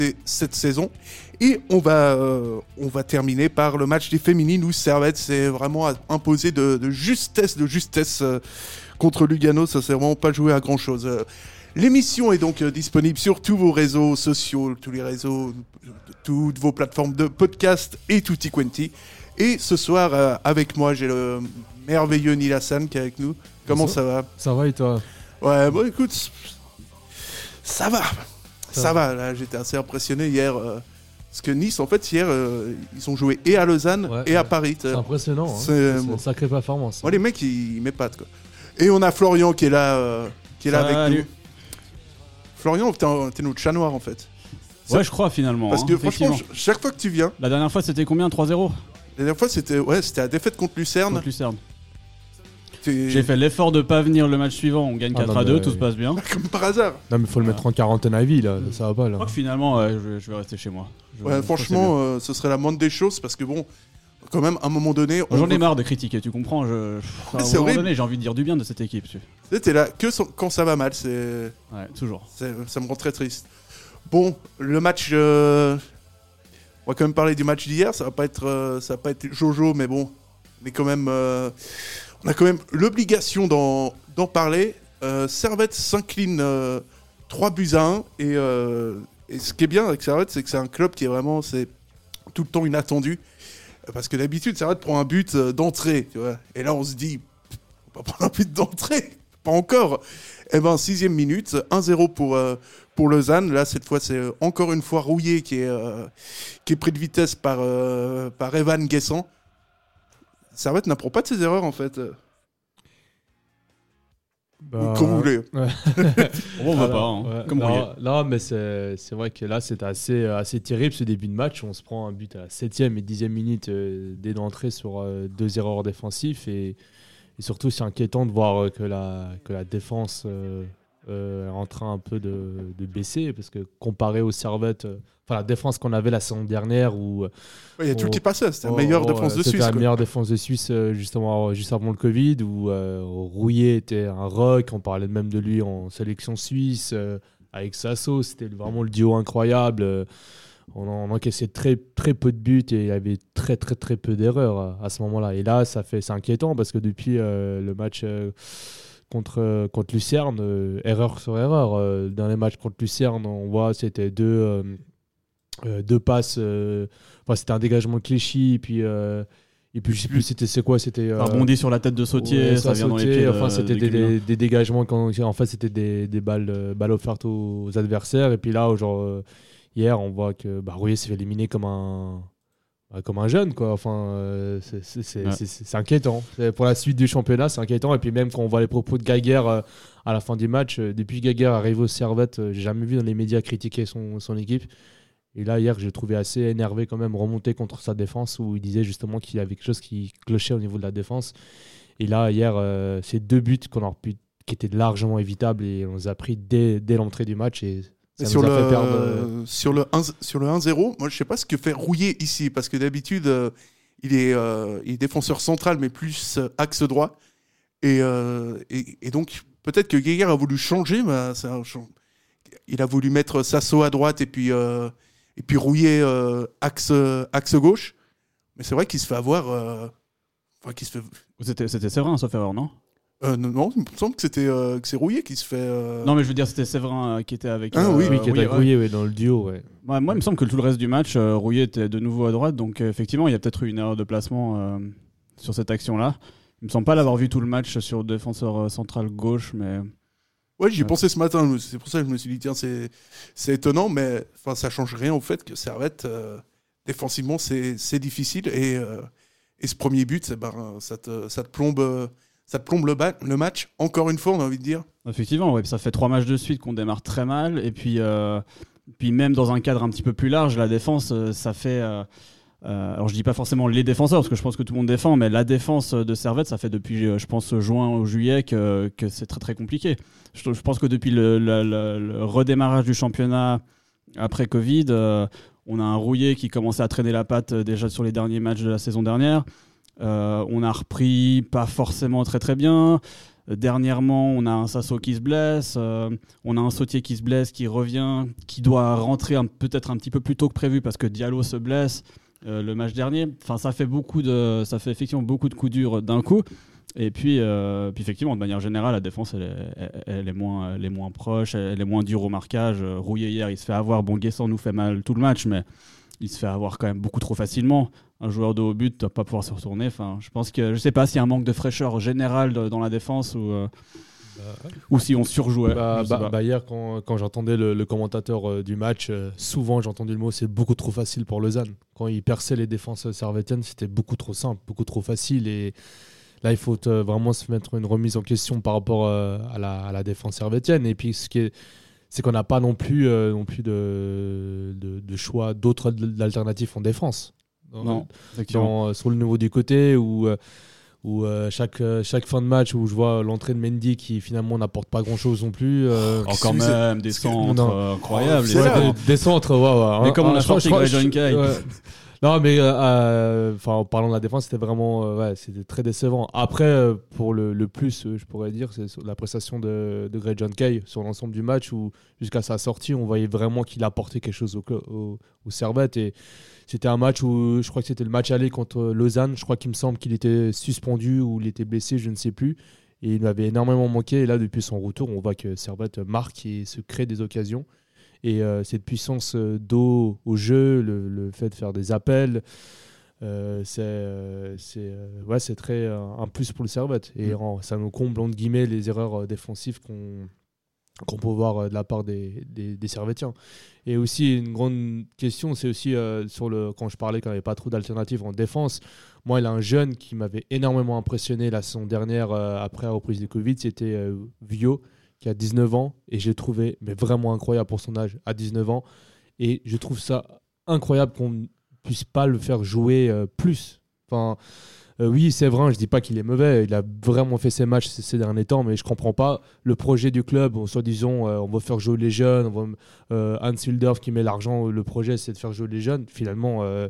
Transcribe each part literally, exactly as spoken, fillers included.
cette saison. Et on va, euh, on va terminer par le match des féminines où Servette s'est vraiment imposé de, de justesse, de justesse euh, contre Lugano. Ça s'est vraiment pas joué à grand chose. Euh, l'émission est donc euh, disponible sur tous vos réseaux sociaux, tous les réseaux, toutes vos plateformes de podcast et tutti quanti. Et ce soir, euh, avec moi, j'ai le merveilleux Neil Hassan qui est avec nous. Comment ça, ça va ? Ça va et toi ? Ouais, bon écoute, ça va. Ça, ça va, là j'étais assez impressionné hier. Euh, parce que Nice, en fait, hier, euh, ils ont joué et à Lausanne ouais, et ouais. à Paris. C'est impressionnant, hein. c'est, euh, c'est une sacrée performance. Moi, les mecs, ils, ils m'épatent, quoi. Et on a Florian qui est là, euh, qui est là avec Salut. nous. Florian, t'es, t'es notre chat noir, en fait. Ouais, ça, je crois, finalement. Parce hein, que franchement, chaque fois que tu viens... La dernière fois, c'était combien ? trois zéro ? La dernière fois, c'était, ouais, c'était la défaite contre Lucerne. Contre Lucerne. T'es... J'ai fait l'effort de pas venir le match suivant, on gagne ah quatre à deux, tout se passe bien. Comme par hasard. Non mais faut le mettre en quarantaine à vie là, ça va pas là. Je crois que finalement ouais, je, vais, je vais rester chez moi. Je, ouais, franchement, euh, ce serait la moindre des choses parce que bon, quand même, à un moment donné... J'en ai marre de critiquer, tu comprends je... Enfin, à un moment donné, j'ai envie de dire du bien de cette équipe. Tu sais, t'es là que quand ça va mal, c'est... Ouais, toujours. C'est... Ça me rend très triste. Bon, le match... Euh... On va quand même parler du match d'hier, ça va pas être, euh, ça va pas être Jojo, mais bon, mais quand même... Euh... On a quand même l'obligation d'en, d'en parler. Euh, Servette s'incline euh, trois buts à un. Et, euh, et ce qui est bien avec Servette, c'est que c'est un club qui est vraiment c'est tout le temps inattendu. Parce que d'habitude, Servette prend un but euh, d'entrée. Tu vois. Et là, on se dit, on va prendre un but d'entrée. Pas encore. Et bien, sixième minute, un zéro pour, euh, pour Lausanne. Là, cette fois, c'est encore une fois Rouillé qui est, euh, qui est pris de vitesse par, euh, par Evan Guessant. Servette n'apprend pas de ses erreurs en fait. Bah, comme vous voulez. Ouais. On va pas, hein. Ouais. Comme non, vous voulez. Non, mais c'est, c'est vrai que là, c'était assez, assez terrible ce début de match. On se prend un but à la septième et dixième minute euh, dès l'entrée sur euh, deux erreurs défensives. Et, et surtout, c'est inquiétant de voir euh, que, la, que la défense euh, euh, est en train un peu de, de baisser. Parce que comparé aux Servettes, euh, enfin la défense qu'on avait la saison dernière, où il ouais, y a tout qui passait, c'était la oh, meilleure oh, défense de c'était Suisse. C'était la quoi. meilleure défense de Suisse justement juste avant le Covid, où euh, Rouillé était un rock, on parlait même de lui en sélection suisse, euh, avec Sasso, c'était vraiment le duo incroyable. Euh, on, on encaissait très, très peu de buts et il y avait très très très peu d'erreurs à, à ce moment-là. Et là, ça fait, c'est inquiétant parce que depuis euh, le match... Euh, Contre, contre Lucerne, euh, erreur sur erreur. Euh, dans les matchs contre Lucerne, on voit c'était deux, euh, euh, deux passes. Euh, enfin, c'était un dégagement de Clichy, puis, euh, et puis je sais plus c'était c'est quoi. C'était euh, rebondi sur la tête de Sautier, ouais, ça, ça vient Sautier, dans les pieds. Enfin, de, c'était de des, des, des dégagements. Quand, en fait, c'était des, des balles, balles offertes aux, aux adversaires. Et puis là, genre, euh, hier, on voit que bah, Rouillé s'est fait éliminer comme un. Comme un jeune, quoi. Enfin, euh, c'est, c'est, c'est, ouais. c'est, c'est, c'est inquiétant. C'est, pour la suite du championnat, c'est inquiétant. Et puis même quand on voit les propos de Gaguerre euh, à la fin du match, euh, depuis Gaguerre arrive au Servette, euh, j'ai jamais vu dans les médias critiquer son, son équipe. Et là, hier, j'ai trouvé assez énervé quand même, remonté contre sa défense, où il disait justement qu'il y avait quelque chose qui clochait au niveau de la défense. Et là, hier, euh, c'est deux buts qu'on aurait pu, qui étaient largement évitables et on les a pris dès, dès l'entrée du match. Et Sur le, perdre... sur, le un, sur le un zéro, moi je sais pas ce que fait Rouillé ici, parce que d'habitude euh, il, est, euh, il est défenseur central mais plus euh, axe droit. Et, euh, et, et donc peut-être que Guéguer a voulu changer, mais c'est un, il a voulu mettre Sasso à droite et puis, euh, et puis Rouillé euh, axe, axe gauche. Mais c'est vrai qu'il se fait avoir. Euh, enfin, qu'il se fait... c'était, c'était Séverin, sauf erreur, non ? Euh, non, non, il me semble que, c'était, euh, que c'est Rouillé qui se fait... Euh... Non, mais je veux dire, c'était Séverin euh, qui était avec... Ah euh, oui, oui, qui était avec Rouillé ouais. ouais, dans le duo, ouais. Ouais, moi, il me semble que tout le reste du match, euh, Rouillé était de nouveau à droite, donc euh, effectivement, il y a peut-être eu une erreur de placement euh, sur cette action-là. Il me semble pas l'avoir vu tout le match sur le défenseur euh, central gauche, mais... Ouais, j'y ouais. pensais ce matin, c'est pour ça que je me suis dit, tiens, c'est, c'est étonnant, mais ça change rien au fait que Servette, euh, défensivement, c'est, c'est difficile, et, euh, et ce premier but, c'est, ben, ça, te, ça te plombe... Euh, Ça te plombe le, ba- le match, encore une fois, on a envie de dire. Effectivement, ouais, ça fait trois matchs de suite qu'on démarre très mal. Et puis, euh, puis même dans un cadre un petit peu plus large, la défense, ça fait... Euh, euh, alors je dis pas forcément les défenseurs, parce que je pense que tout le monde défend, mais la défense de Servette, ça fait depuis, je pense, juin ou juillet que, que c'est très très compliqué. Je, je pense que depuis le, le, le, le redémarrage du championnat après Covid, euh, on a un Rouillé qui commençait à traîner la patte déjà sur les derniers matchs de la saison dernière. Euh, on a repris pas forcément très très bien. Dernièrement, on a un Sasso qui se blesse, euh, on a un Sautier qui se blesse, qui revient, qui doit rentrer un, peut-être un petit peu plus tôt que prévu parce que Diallo se blesse euh, le match dernier. Enfin, ça fait beaucoup de, ça fait effectivement beaucoup de coups durs d'un coup. Et puis, euh, puis effectivement, de manière générale, la défense, elle est, elle, elle est moins, elle est moins proche, elle est moins dure au marquage. Rouillé hier, il se fait avoir. Bon, Guessant nous fait mal tout le match, mais il se fait avoir quand même beaucoup trop facilement. Un joueur de haut but ne doit pas pouvoir se retourner. Enfin, je pense que je sais pas s'il y a un manque de fraîcheur générale de, dans la défense ou, euh, bah, ou si on surjouait. Bah, bah, bah, hier, quand, quand j'entendais le, le commentateur euh, du match, euh, souvent j'ai entendu le mot c'est beaucoup trop facile pour Lausanne. Quand il perçait les défenses servétiennes, c'était beaucoup trop simple, beaucoup trop facile. Et là, il faut euh, vraiment se mettre une remise en question par rapport euh, à, la, à la défense servétienne. Et puis, ce qui est, c'est qu'on n'a pas non plus, euh, non plus de, de, de choix d'autres alternatives en défense. Non, dans, sur le niveau du côté où, où euh, chaque, chaque fin de match où je vois l'entrée de Mendy qui finalement n'apporte pas grand chose non plus. Euh, Encore même des centres euh, incroyables. Oh, ouais, des, des centres, ouais, ouais. Mais comme on a sorti Greg Kay. Non, mais euh, en parlant de la défense, c'était vraiment euh, ouais, c'était très décevant. Après, euh, pour le, le plus, euh, je pourrais dire, c'est la prestation de, de Greg John Kay sur l'ensemble du match où, jusqu'à sa sortie, on voyait vraiment qu'il apportait quelque chose au, au, au Servette. Et c'était un match où je crois que c'était le match aller contre Lausanne. Je crois qu'il me semble qu'il était suspendu ou il était blessé, je ne sais plus. Et il m'avait énormément manqué. Et là, depuis son retour, on voit que Servette marque et se crée des occasions. Et euh, cette puissance euh, d'eau au jeu, le, le fait de faire des appels, euh, c'est, euh, c'est, euh, ouais, c'est très euh, un plus pour le Servette. Et mmh. en, ça nous comble, entre guillemets, les erreurs euh, défensives qu'on, qu'on peut voir euh, de la part des, des, des Servettiens. Et aussi, une grande question, c'est aussi euh, sur le, quand je parlais qu'il n'y avait pas trop d'alternatives en défense. Moi, il y a un jeune qui m'avait énormément impressionné la saison dernière, euh, après la reprise du Covid, c'était euh, Vio, qui a dix-neuf ans, et j'ai trouvé mais vraiment incroyable pour son âge à dix-neuf ans, et je trouve ça incroyable qu'on ne puisse pas le faire jouer euh, plus. Enfin, euh, oui, c'est vrai, je dis pas qu'il est mauvais, il a vraiment fait ses matchs ces, ces derniers temps, mais je comprends pas le projet du club, en soi-disant euh, on va faire jouer les jeunes, on va, euh, Hans Hildorf qui met l'argent, le projet c'est de faire jouer les jeunes, finalement euh,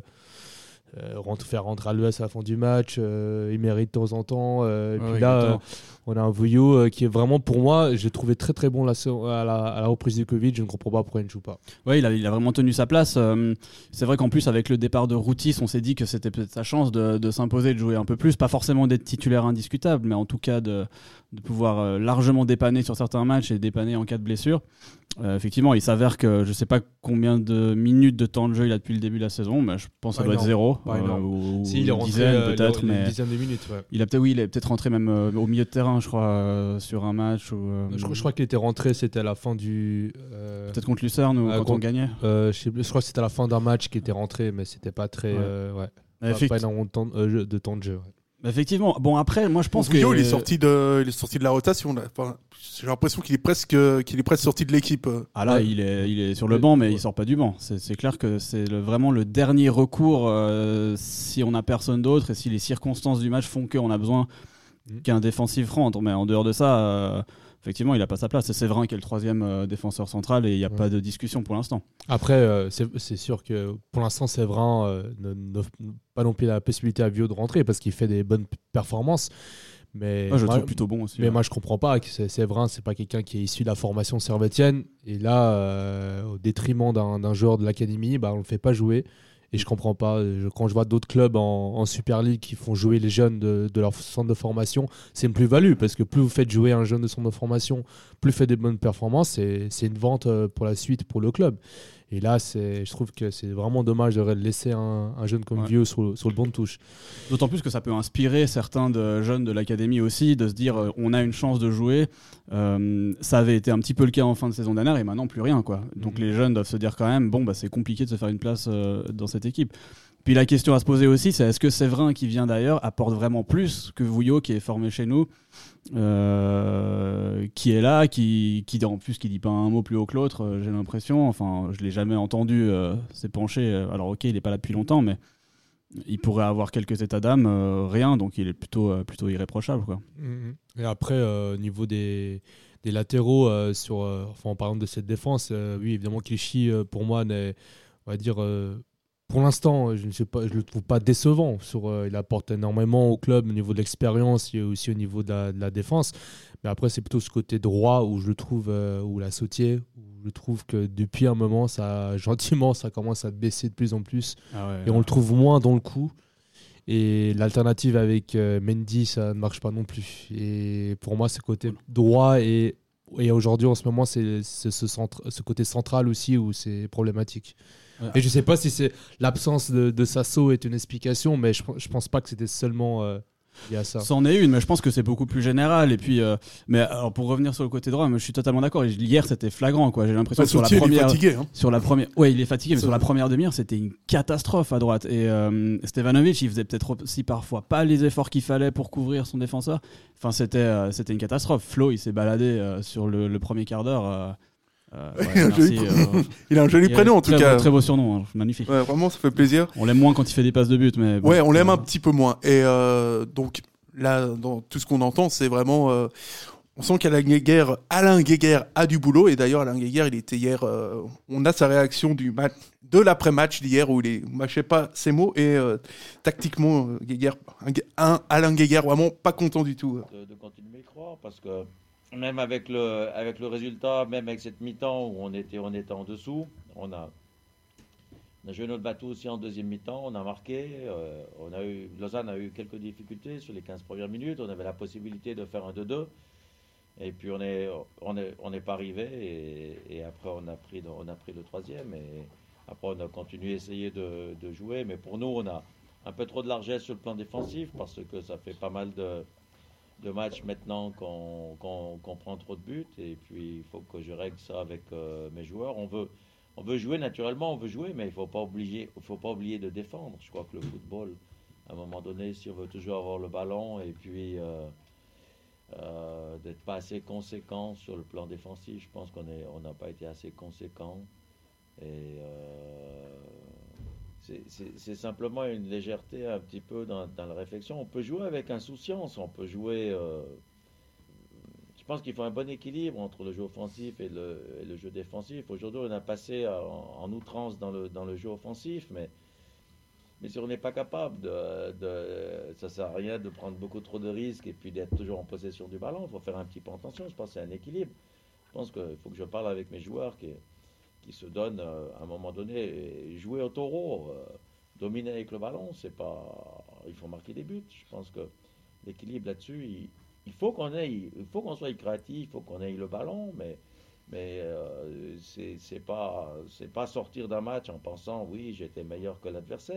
Euh, rentre, faire rentrer à l'U S à la fin du match, euh, il mérite de temps en temps. Euh, et ouais, puis là, euh, on a un Vouillot euh, qui est vraiment, pour moi, j'ai trouvé très très bon la, à, la, à la reprise du Covid. Je ne comprends pas pourquoi il ne joue pas. Oui, il a, il a vraiment tenu sa place. Euh, c'est vrai qu'en plus, avec le départ de Routis, on s'est dit que c'était peut-être sa chance de, de s'imposer, de jouer un peu plus. Pas forcément d'être titulaire indiscutable, mais en tout cas de, de pouvoir euh, largement dépanner sur certains matchs et dépanner en cas de blessure. Euh, effectivement, il s'avère que je ne sais pas combien de minutes de temps de jeu il a depuis le début de la saison, mais je pense que ça ouais, doit non. être zéro. Ouais, euh, ou, si, il est rentré dizaine, euh, peut-être, une mais dizaine de minutes. Ouais. Il a peut-être, oui, il est peut-être rentré même euh, au milieu de terrain, je crois, euh, sur un match. Ou, euh, je, crois, je crois qu'il était rentré, c'était à la fin du. Euh, peut-être contre Lucerne ou euh, quand contre, on gagnait. Euh, je, sais, je crois que c'était à la fin d'un match qu'il était rentré, mais c'était pas très. Ouais. Euh, ouais. Pas, pas énormément de temps, euh, de temps de jeu. Ouais. Effectivement. Bon, après, moi je pense bon, Vouillot, que. il est sorti de, il est sorti de la rotation. Là. Enfin, j'ai l'impression qu'il est presque, qu'il est presque sorti de l'équipe. Ah là, ouais. il est, il est sur le banc, mais ouais. il sort pas du banc. C'est, c'est clair que c'est le, vraiment le dernier recours euh, si on n'a personne d'autre et si les circonstances du match font qu'on a besoin mmh. qu'un défensif rentre. Mais en dehors de ça, euh, effectivement, il n'a pas sa place. C'est Séverin qui est le troisième euh, défenseur central et il n'y a ouais. pas de discussion pour l'instant. Après, euh, c'est, c'est sûr que pour l'instant, Séverin euh, n'offre pas non plus la possibilité à Vio de rentrer parce qu'il fait des bonnes performances. Mais moi, je moi, trouve plutôt bon aussi. Mais ouais. moi, je comprends pas que Séverin, c'est pas quelqu'un qui est issu de la formation servétienne. Et là, euh, au détriment d'un, d'un joueur de l'académie, bah, on le fait pas jouer. Et je comprends pas. Je, quand je vois d'autres clubs en, en Super League qui font jouer les jeunes de, de leur centre de formation, c'est une plus-value parce que plus vous faites jouer un jeune de centre de formation, plus il fait des bonnes performances. C'est, c'est une vente pour la suite pour le club. Et là, c'est, je trouve que c'est vraiment dommage de laisser un, un jeune comme ouais. Vio sur, sur le banc de touche. D'autant plus que ça peut inspirer certains de jeunes de l'académie aussi, de se dire euh, on a une chance de jouer. Euh, ça avait été un petit peu le cas en fin de saison dernière et maintenant plus rien, quoi. Donc mmh. les jeunes doivent se dire quand même bon, bah, c'est compliqué de se faire une place euh, dans cette équipe. Puis la question à se poser aussi, c'est est-ce que Séverin, qui vient d'ailleurs, apporte vraiment plus que Vouillot, qui est formé chez nous, euh, qui est là, qui, qui en plus qui dit pas un mot plus haut que l'autre, euh, j'ai l'impression. Enfin, je l'ai jamais entendu euh, s'épancher. Alors ok, il est pas là depuis longtemps, mais il pourrait avoir quelques états d'âme, euh, rien. Donc il est plutôt euh, plutôt irréprochable, quoi. Et après, euh, au niveau des des latéraux, euh, sur, euh, enfin en parlant de cette défense, euh, oui évidemment Clichy euh, pour moi n'est, on va dire. Euh, pour l'instant, je ne sais pas, je le trouve pas décevant. Sur, euh, il apporte énormément au club au niveau de l'expérience et aussi au niveau de la, de la défense. Mais après, c'est plutôt ce côté droit où je le trouve, euh, où la sautier, où je trouve que depuis un moment, ça, gentiment, ça commence à baisser de plus en plus. Ah ouais, et on ouais. le trouve moins dans le coup. Et l'alternative avec euh, Mendy, ça ne marche pas non plus. Et pour moi, ce côté droit et, et aujourd'hui, en ce moment, c'est, c'est ce, centre, ce côté central aussi où c'est problématique. Ouais. Et je ne sais pas si c'est l'absence de, de Sasso est une explication, mais je ne pense pas que c'était seulement euh, lié à ça. C'en est une, mais je pense que c'est beaucoup plus général. Et puis, euh, mais alors pour revenir sur le côté droit, moi, je suis totalement d'accord. Hier, c'était flagrant, quoi. J'ai l'impression Ouais, que sur la Sautier, première, il est fatigué, hein. sur la première, ouais, il est fatigué, mais Ça... sur la première demi-heure, c'était une catastrophe à droite. Et euh, Stevanovic, il faisait peut-être aussi parfois pas les efforts qu'il fallait pour couvrir son défenseur. Enfin, c'était, euh, c'était une catastrophe. Flo, il s'est baladé euh, sur le, le premier quart d'heure. Euh, Euh, ouais, il, a merci, joli... euh, il a un joli prénom en tout très cas. Beau, très beau surnom, hein, magnifique. Ouais, vraiment, ça fait plaisir. On l'aime moins quand il fait des passes de but, mais bon, ouais, on l'aime euh... un petit peu moins. Et euh, donc là, dans tout ce qu'on entend, c'est vraiment, euh, on sent qu'Alain Guéguer, Alain Guéguer a du boulot. Et d'ailleurs, Alain Guéguer, il était hier. Euh, on a sa réaction du match, de l'après-match d'hier où il ne mâchait pas ses mots et euh, tactiquement, euh, Guéguer, un, un Alain Guéguer vraiment pas content du tout. De, de continuer à y croire parce que. Même avec le, avec le résultat, même avec cette mi-temps où on était, on était en dessous, on a, on a joué notre bateau aussi en deuxième mi-temps, on a marqué, euh, on a eu, Lausanne a eu quelques difficultés sur les quinze premières minutes, on avait la possibilité de faire un deux deux, et puis on n'est on est, on est pas arrivé, et, et après on a, pris, on a pris le troisième, et après on a continué à essayer de, de jouer, mais pour nous on a un peu trop de largesse sur le plan défensif, parce que ça fait pas mal de... de matchs maintenant qu'on, qu'on, qu'on prend trop de buts et puis il faut que je règle ça avec euh, mes joueurs. On veut, on veut jouer naturellement, on veut jouer, mais il ne faut pas oublier, faut pas oublier de défendre. Je crois que le football, à un moment donné, si on veut toujours avoir le ballon et puis euh, euh, d'être pas assez conséquent sur le plan défensif, je pense qu'on est, on n'a pas été assez conséquent et euh, C'est, c'est, c'est simplement une légèreté un petit peu dans, dans la réflexion. On peut jouer avec insouciance, on peut jouer... Euh, je pense qu'il faut un bon équilibre entre le jeu offensif et le, et le jeu défensif. Aujourd'hui, on a passé en, en outrance dans le, dans le jeu offensif, mais, mais si on n'est pas capable de, de... Ça ne sert à rien de prendre beaucoup trop de risques et puis d'être toujours en possession du ballon. Il faut faire un petit peu attention. Je pense que c'est un équilibre. Je pense qu'il faut que je parle avec mes joueurs qui... qui se donne euh, à un moment donné, jouer au taureau, euh, dominer avec le ballon, c'est pas, il faut marquer des buts. Je pense que l'équilibre là-dessus, il, il faut qu'on ait, il faut qu'on soit créatif, il faut qu'on ait le ballon, mais mais euh, c'est, c'est pas c'est pas sortir d'un match en pensant oui j'étais meilleur que l'adversaire.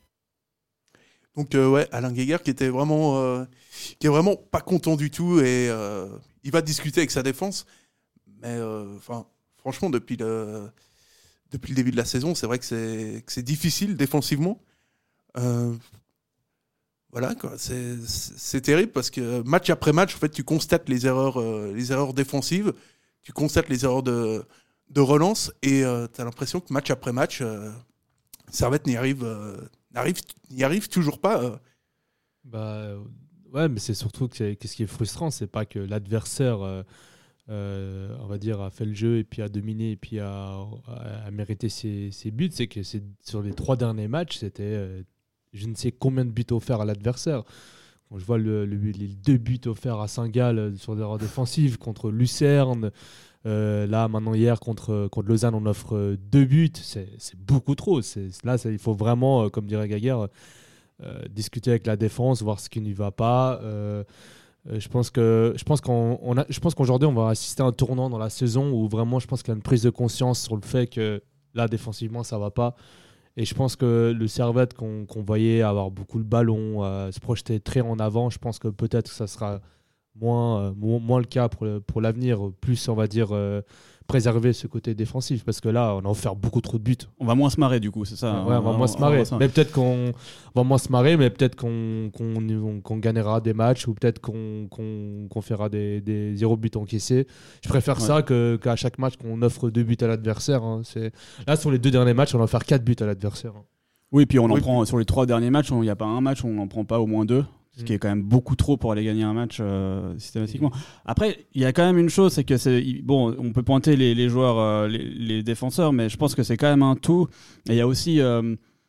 Donc euh, ouais, Alain Guéguer qui était vraiment euh, qui est vraiment pas content du tout et euh, il va discuter avec sa défense, mais enfin. Euh, Franchement, depuis le, depuis le début de la saison, c'est vrai que c'est, que c'est difficile défensivement. Euh, voilà, quoi. C'est, c'est, c'est terrible parce que match après match, en fait, tu constates les erreurs, euh, les erreurs défensives, tu constates les erreurs de, de relance et euh, tu as l'impression que match après match, euh, Servette n'y arrive, euh, n'arrive, n'y arrive toujours pas. Euh. Bah, ouais, mais c'est surtout que c'est, que ce qui est frustrant, c'est pas que l'adversaire. Euh, Euh, on va dire, a fait le jeu et puis a dominé et puis a, a, a mérité ses, ses buts, c'est que c'est, sur les trois derniers matchs, c'était euh, je ne sais combien de buts offerts à l'adversaire. Quand je vois le, le, les deux buts offerts à Saint-Gall sur des erreurs défensives contre Lucerne, euh, là maintenant hier contre, contre Lausanne, on offre deux buts, c'est, c'est beaucoup trop. C'est, là, c'est, il faut vraiment, comme dirait Guéguer, euh, discuter avec la défense, voir ce qui ne va pas. Euh, Je pense, que, je, pense qu'on, on a, je pense qu'aujourd'hui, on va assister à un tournant dans la saison où vraiment, je pense qu'il y a une prise de conscience sur le fait que là, défensivement, ça ne va pas. Et je pense que le Servette qu'on, qu'on voyait avoir beaucoup le ballon, euh, se projeter très en avant, je pense que peut-être que ça sera moins, euh, moins, moins le cas pour, le, pour l'avenir. Plus, on va dire, euh, préserver ce côté défensif parce que là, on a offert beaucoup trop de buts. On va moins se marrer du coup, c'est ça. Ouais, on va moins se marrer. Mais peut-être qu'on va moins se marrer, mais peut-être qu'on, qu'on, qu'on gagnera des matchs ou peut-être qu'on, qu'on, qu'on fera des, des zéro buts encaissés. Je préfère ouais. ça que, qu'à chaque match qu'on offre deux buts à l'adversaire. Hein. C'est... Là, sur les deux derniers matchs, on va faire quatre buts à l'adversaire. Hein. Oui, puis on en oui, prend puis... sur les trois derniers matchs, il n'y a pas un match où on n'en prend pas au moins deux. Ce qui est quand même beaucoup trop pour aller gagner un match euh, systématiquement. Après, il y a quand même une chose, c'est que c'est bon, on peut pointer les, les joueurs, euh, les, les défenseurs, mais je pense que c'est quand même un tout. Et il y a aussi, euh,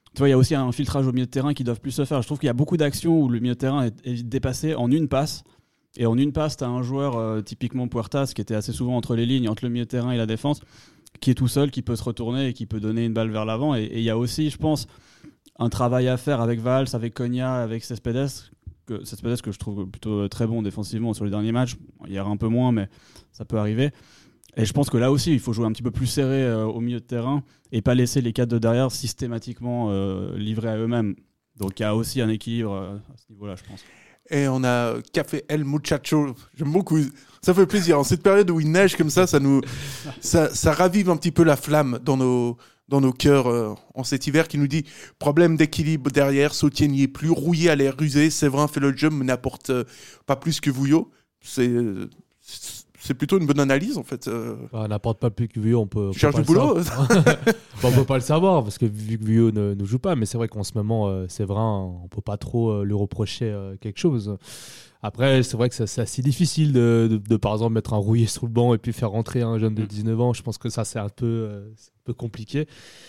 tu vois, il y a aussi un filtrage au milieu de terrain qui doivent plus se faire. Je trouve qu'il y a beaucoup d'actions où le milieu de terrain est, est dépassé en une passe. Et en une passe, tu as un joueur, euh, typiquement Puertas, qui était assez souvent entre les lignes, entre le milieu de terrain et la défense, qui est tout seul, qui peut se retourner et qui peut donner une balle vers l'avant. Et il y a aussi, je pense, un travail à faire avec Valls, avec Cogna, avec Cespedes, que, Cespedes que je trouve plutôt très bon défensivement sur les derniers matchs. Hier un peu moins, mais ça peut arriver. Et je pense que là aussi, il faut jouer un petit peu plus serré euh, au milieu de terrain et pas laisser les quatre de derrière systématiquement euh, livrés à eux-mêmes. Donc il y a aussi un équilibre euh, à ce niveau-là, je pense. Et on a Café El Muchacho, j'aime beaucoup, ça fait plaisir. En cette période où il neige comme ça, ça, nous, ça, ça ravive un petit peu la flamme dans nos, dans nos cœurs euh, en cet hiver qui nous dit « Problème d'équilibre derrière, Sautier n'y est plus, Rouillé a l'air rusé, Séverin fait le jump mais n'apporte euh, pas plus que Vouillot. » C'est... Euh, C'est plutôt une bonne analyse en fait. Euh... Bah, n'apporte pas plus que Vuillot, on peut. Tu cherches du boulot. Bon, on peut pas le savoir parce que vu que Vuillot ne, ne joue pas, mais c'est vrai qu'en ce moment, euh, c'est vrai, on peut pas trop euh, lui reprocher euh, quelque chose. Après, c'est vrai que ça, c'est assez difficile de, de, de, de, par exemple, mettre un Rouillé sur le banc et puis faire rentrer un jeune de dix-neuf ans. Je pense que ça, c'est un peu, euh, c'est un peu compliqué.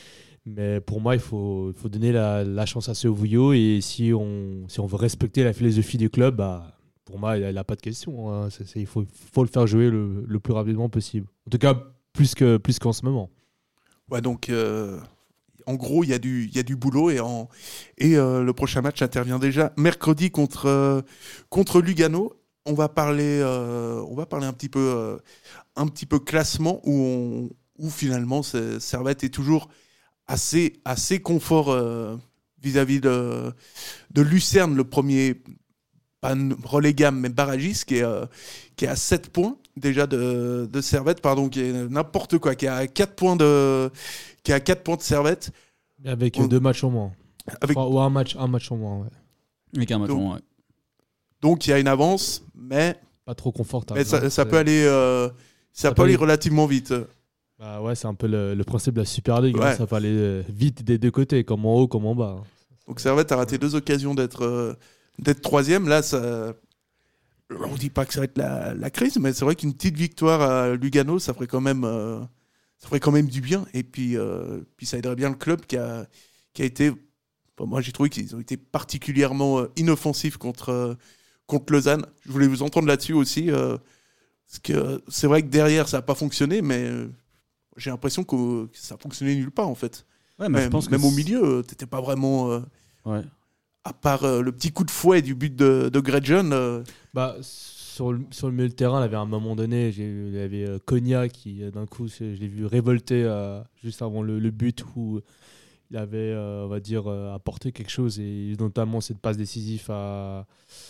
Mais pour moi, il faut, il faut donner la, la chance à ce Vuillot et si on, si on veut respecter la philosophie du club, bah. Pour moi, il n'a pas de question. Hein. C'est, c'est, il faut, faut le faire jouer le, le plus rapidement possible. En tout cas, plus, que, plus qu'en ce moment. Ouais, donc, euh, en gros, il y, y a du boulot. Et, en, et euh, le prochain match intervient déjà mercredi contre, euh, contre Lugano. On va parler, euh, on va parler un, petit peu, euh, un petit peu classement où, on, où finalement, Servette est toujours assez, assez confort euh, vis-à-vis de, de Lucerne, le premier... pas relégable, mais barragiste, qui est, euh, qui est à sept points déjà de, de Servette, pardon, qui est n'importe quoi, qui est à quatre points de, qui est à quatre points de Servette. Avec On... deux matchs en moins. Avec... Enfin, ou un match, un match en moins, ouais. Avec un match donc, en moins, ouais. Donc il y a une avance, mais... Pas trop confortable. Mais ça, ça peut aller, euh, ça ça peut aller relativement vite. Bah ouais, c'est un peu le, le principe de la Super League. Ouais. Hein, ça peut aller vite des deux côtés, comme en haut, comme en bas. Donc Servette a raté deux occasions d'être... Euh, d'être troisième, là, ça... on ne dit pas que ça va être la, la crise, mais c'est vrai qu'une petite victoire à Lugano, ça ferait quand même, euh, ça ferait quand même du bien. Et puis, euh, puis ça aiderait bien le club qui a, qui a été... Bon, moi, j'ai trouvé qu'ils ont été particulièrement euh, inoffensifs contre, euh, contre Lausanne. Je voulais vous entendre là-dessus aussi. Euh, parce que c'est vrai que derrière, ça n'a pas fonctionné, mais euh, j'ai l'impression que, que ça a fonctionné nulle part, en fait. Ouais, mais même je pense même que au milieu, tu n'étais pas vraiment... Euh, ouais. À part euh, le petit coup de fouet du but de, de Gretchen. Euh... Bah, sur, le, sur le milieu de terrain, il avait à un moment donné, j'ai, il y avait euh, Cogna qui, euh, d'un coup, je l'ai vu révolter euh, juste avant le, le but où il avait, euh, on va dire, euh, apporté quelque chose, et notamment cette passe décisive à,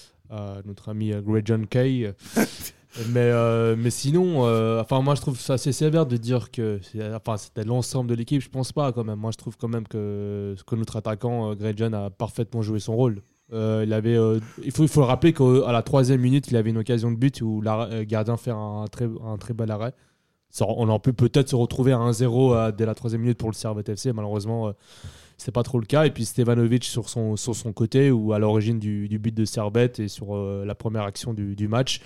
à notre ami euh, Gretchen Kay. mais, euh, mais sinon, euh, enfin, moi je trouve ça assez sévère de dire que c'est, enfin, c'était l'ensemble de l'équipe. Je pense pas quand même. Moi je trouve quand même que, que notre attaquant euh, Gretchen a parfaitement joué son rôle. Euh, il, avait, euh, il, faut, il faut le rappeler qu'à la troisième minute, il avait une occasion de but où le gardien fait un très, un très bel arrêt. Ça, on aurait pu peut-être se retrouver à un zéro euh, dès la troisième minute pour le Servette F C. Malheureusement, euh, c'est pas trop le cas. Et puis Stevanovic sur son, sur son côté, ou à l'origine du, du but de Servette et sur euh, la première action du, du match.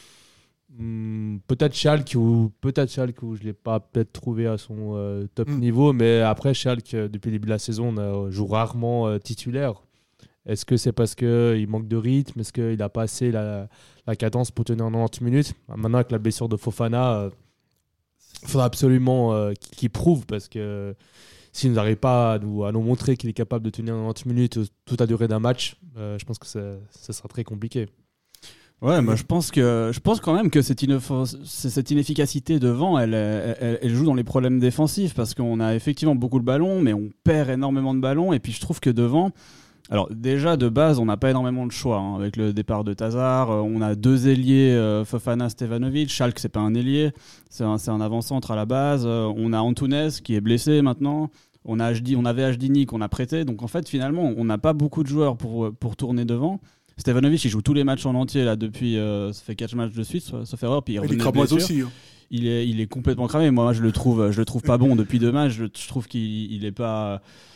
Hmm, peut-être Schalke ou peut-être Schalke où je l'ai pas peut-être trouvé à son euh, top mm. niveau, mais après Schalke euh, depuis le début de la saison on a, joue rarement euh, titulaire. Est-ce que c'est parce qu'il manque de rythme? Est-ce qu'il n'a pas assez la, la cadence pour tenir quatre-vingt-dix minutes? Maintenant avec la blessure de Fofana, il euh, faudra absolument euh, qu'il, qu'il prouve, parce que s'il n'arrive pas à nous, à nous montrer qu'il est capable de tenir quatre-vingt-dix minutes toute la durée d'un match, euh, je pense que ça, ça sera très compliqué. Ouais, moi je pense que je pense quand même que cette, inoff- cette inefficacité devant, elle, elle, elle joue dans les problèmes défensifs, parce qu'on a effectivement beaucoup de ballons, mais on perd énormément de ballons. Et puis je trouve que devant, alors déjà de base, on n'a pas énormément de choix hein, avec le départ de Tazar. On a deux ailiers, euh, Fofana, Stevanovic. Schalke, c'est pas un ailier, c'est un, c'est un avant-centre à la base. Euh, on a Antunes qui est blessé maintenant. On a H D, on avait Hdini qu'on a prêté. Donc en fait, finalement, on n'a pas beaucoup de joueurs pour pour tourner devant. Stevanovic, il joue tous les matchs en entier là depuis, euh, ça fait quatre matchs de suite, sauf erreur. Puis il, il est cramoisi aussi. Hein. Il est, il est complètement cramé. Moi, je le trouve, je le trouve pas bon depuis deux matchs. Je, je trouve qu'il, il est pas,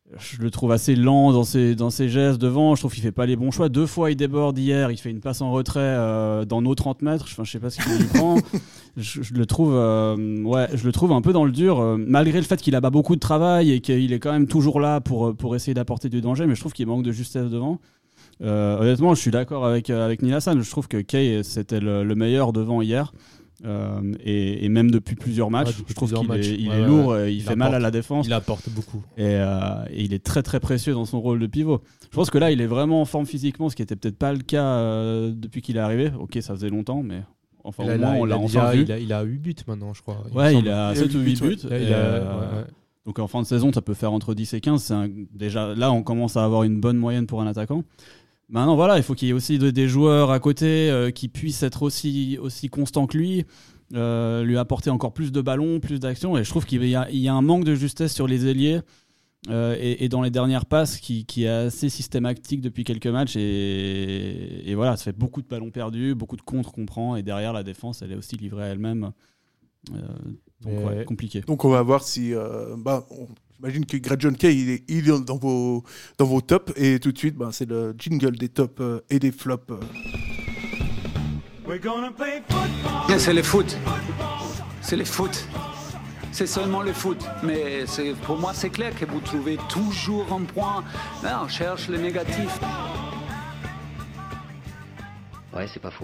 je le trouve assez lent dans ses, dans ses gestes devant. Je trouve qu'il fait pas les bons choix. Deux fois, il déborde hier. Il fait une passe en retrait euh, dans nos trente mètres. Enfin, je sais pas ce qu'il lui prend. Je, je le trouve, euh, ouais, je le trouve un peu dans le dur, euh, malgré le fait qu'il a pas beaucoup de travail et qu'il est quand même toujours là pour, pour essayer d'apporter du danger. Mais je trouve qu'il manque de justesse devant. Euh, honnêtement, je suis d'accord avec, avec Neil Hassan. Je trouve que Kay, c'était le, le meilleur devant hier. Euh, et, et même depuis plusieurs matchs, ouais, depuis je trouve qu'il matchs. est, il ouais, est ouais, lourd, ouais. il, il fait apporte, mal à la défense. Il apporte beaucoup. Et, euh, et il est très très précieux dans son rôle de pivot. Je pense que là, il est vraiment en forme physiquement, ce qui n'était peut-être pas le cas euh, depuis qu'il est arrivé. Ok, ça faisait longtemps, mais enfin Là, au moins là, on il l'a a enfin déjà, vu. il a, il a huit buts maintenant, je crois. Ouais, me il a Il a sept ou huit huit buts, buts. ouais. Et, Il a- euh, ouais, ouais. Donc en fin de saison, ça peut faire entre dix et quinze. C'est un- déjà, là, on commence à avoir une bonne moyenne pour un attaquant. Maintenant, voilà, il faut qu'il y ait aussi de- des joueurs à côté euh, qui puissent être aussi, aussi constants que lui, euh, lui apporter encore plus de ballons, plus d'actions. Et je trouve qu'il y a, il y a un manque de justesse sur les ailiers euh, et, et dans les dernières passes qui, qui est assez systématique depuis quelques matchs. Et, et voilà, ça fait beaucoup de ballons perdus, beaucoup de contres qu'on prend. Et derrière, la défense, elle est aussi livrée à elle-même. Euh, donc, Mais- ouais, compliqué. Donc on va voir si... euh, bah, on- J'imagine que Greg John Kay, il est, il est dans, vos, dans vos tops. Et tout de suite, bah, c'est le jingle des tops euh, et des flops. euh. C'est le foot. C'est le foot. C'est seulement le foot. Mais c'est, pour moi, c'est clair que vous trouvez toujours un point. Là, on cherche le négatif. Ouais, c'est pas faux.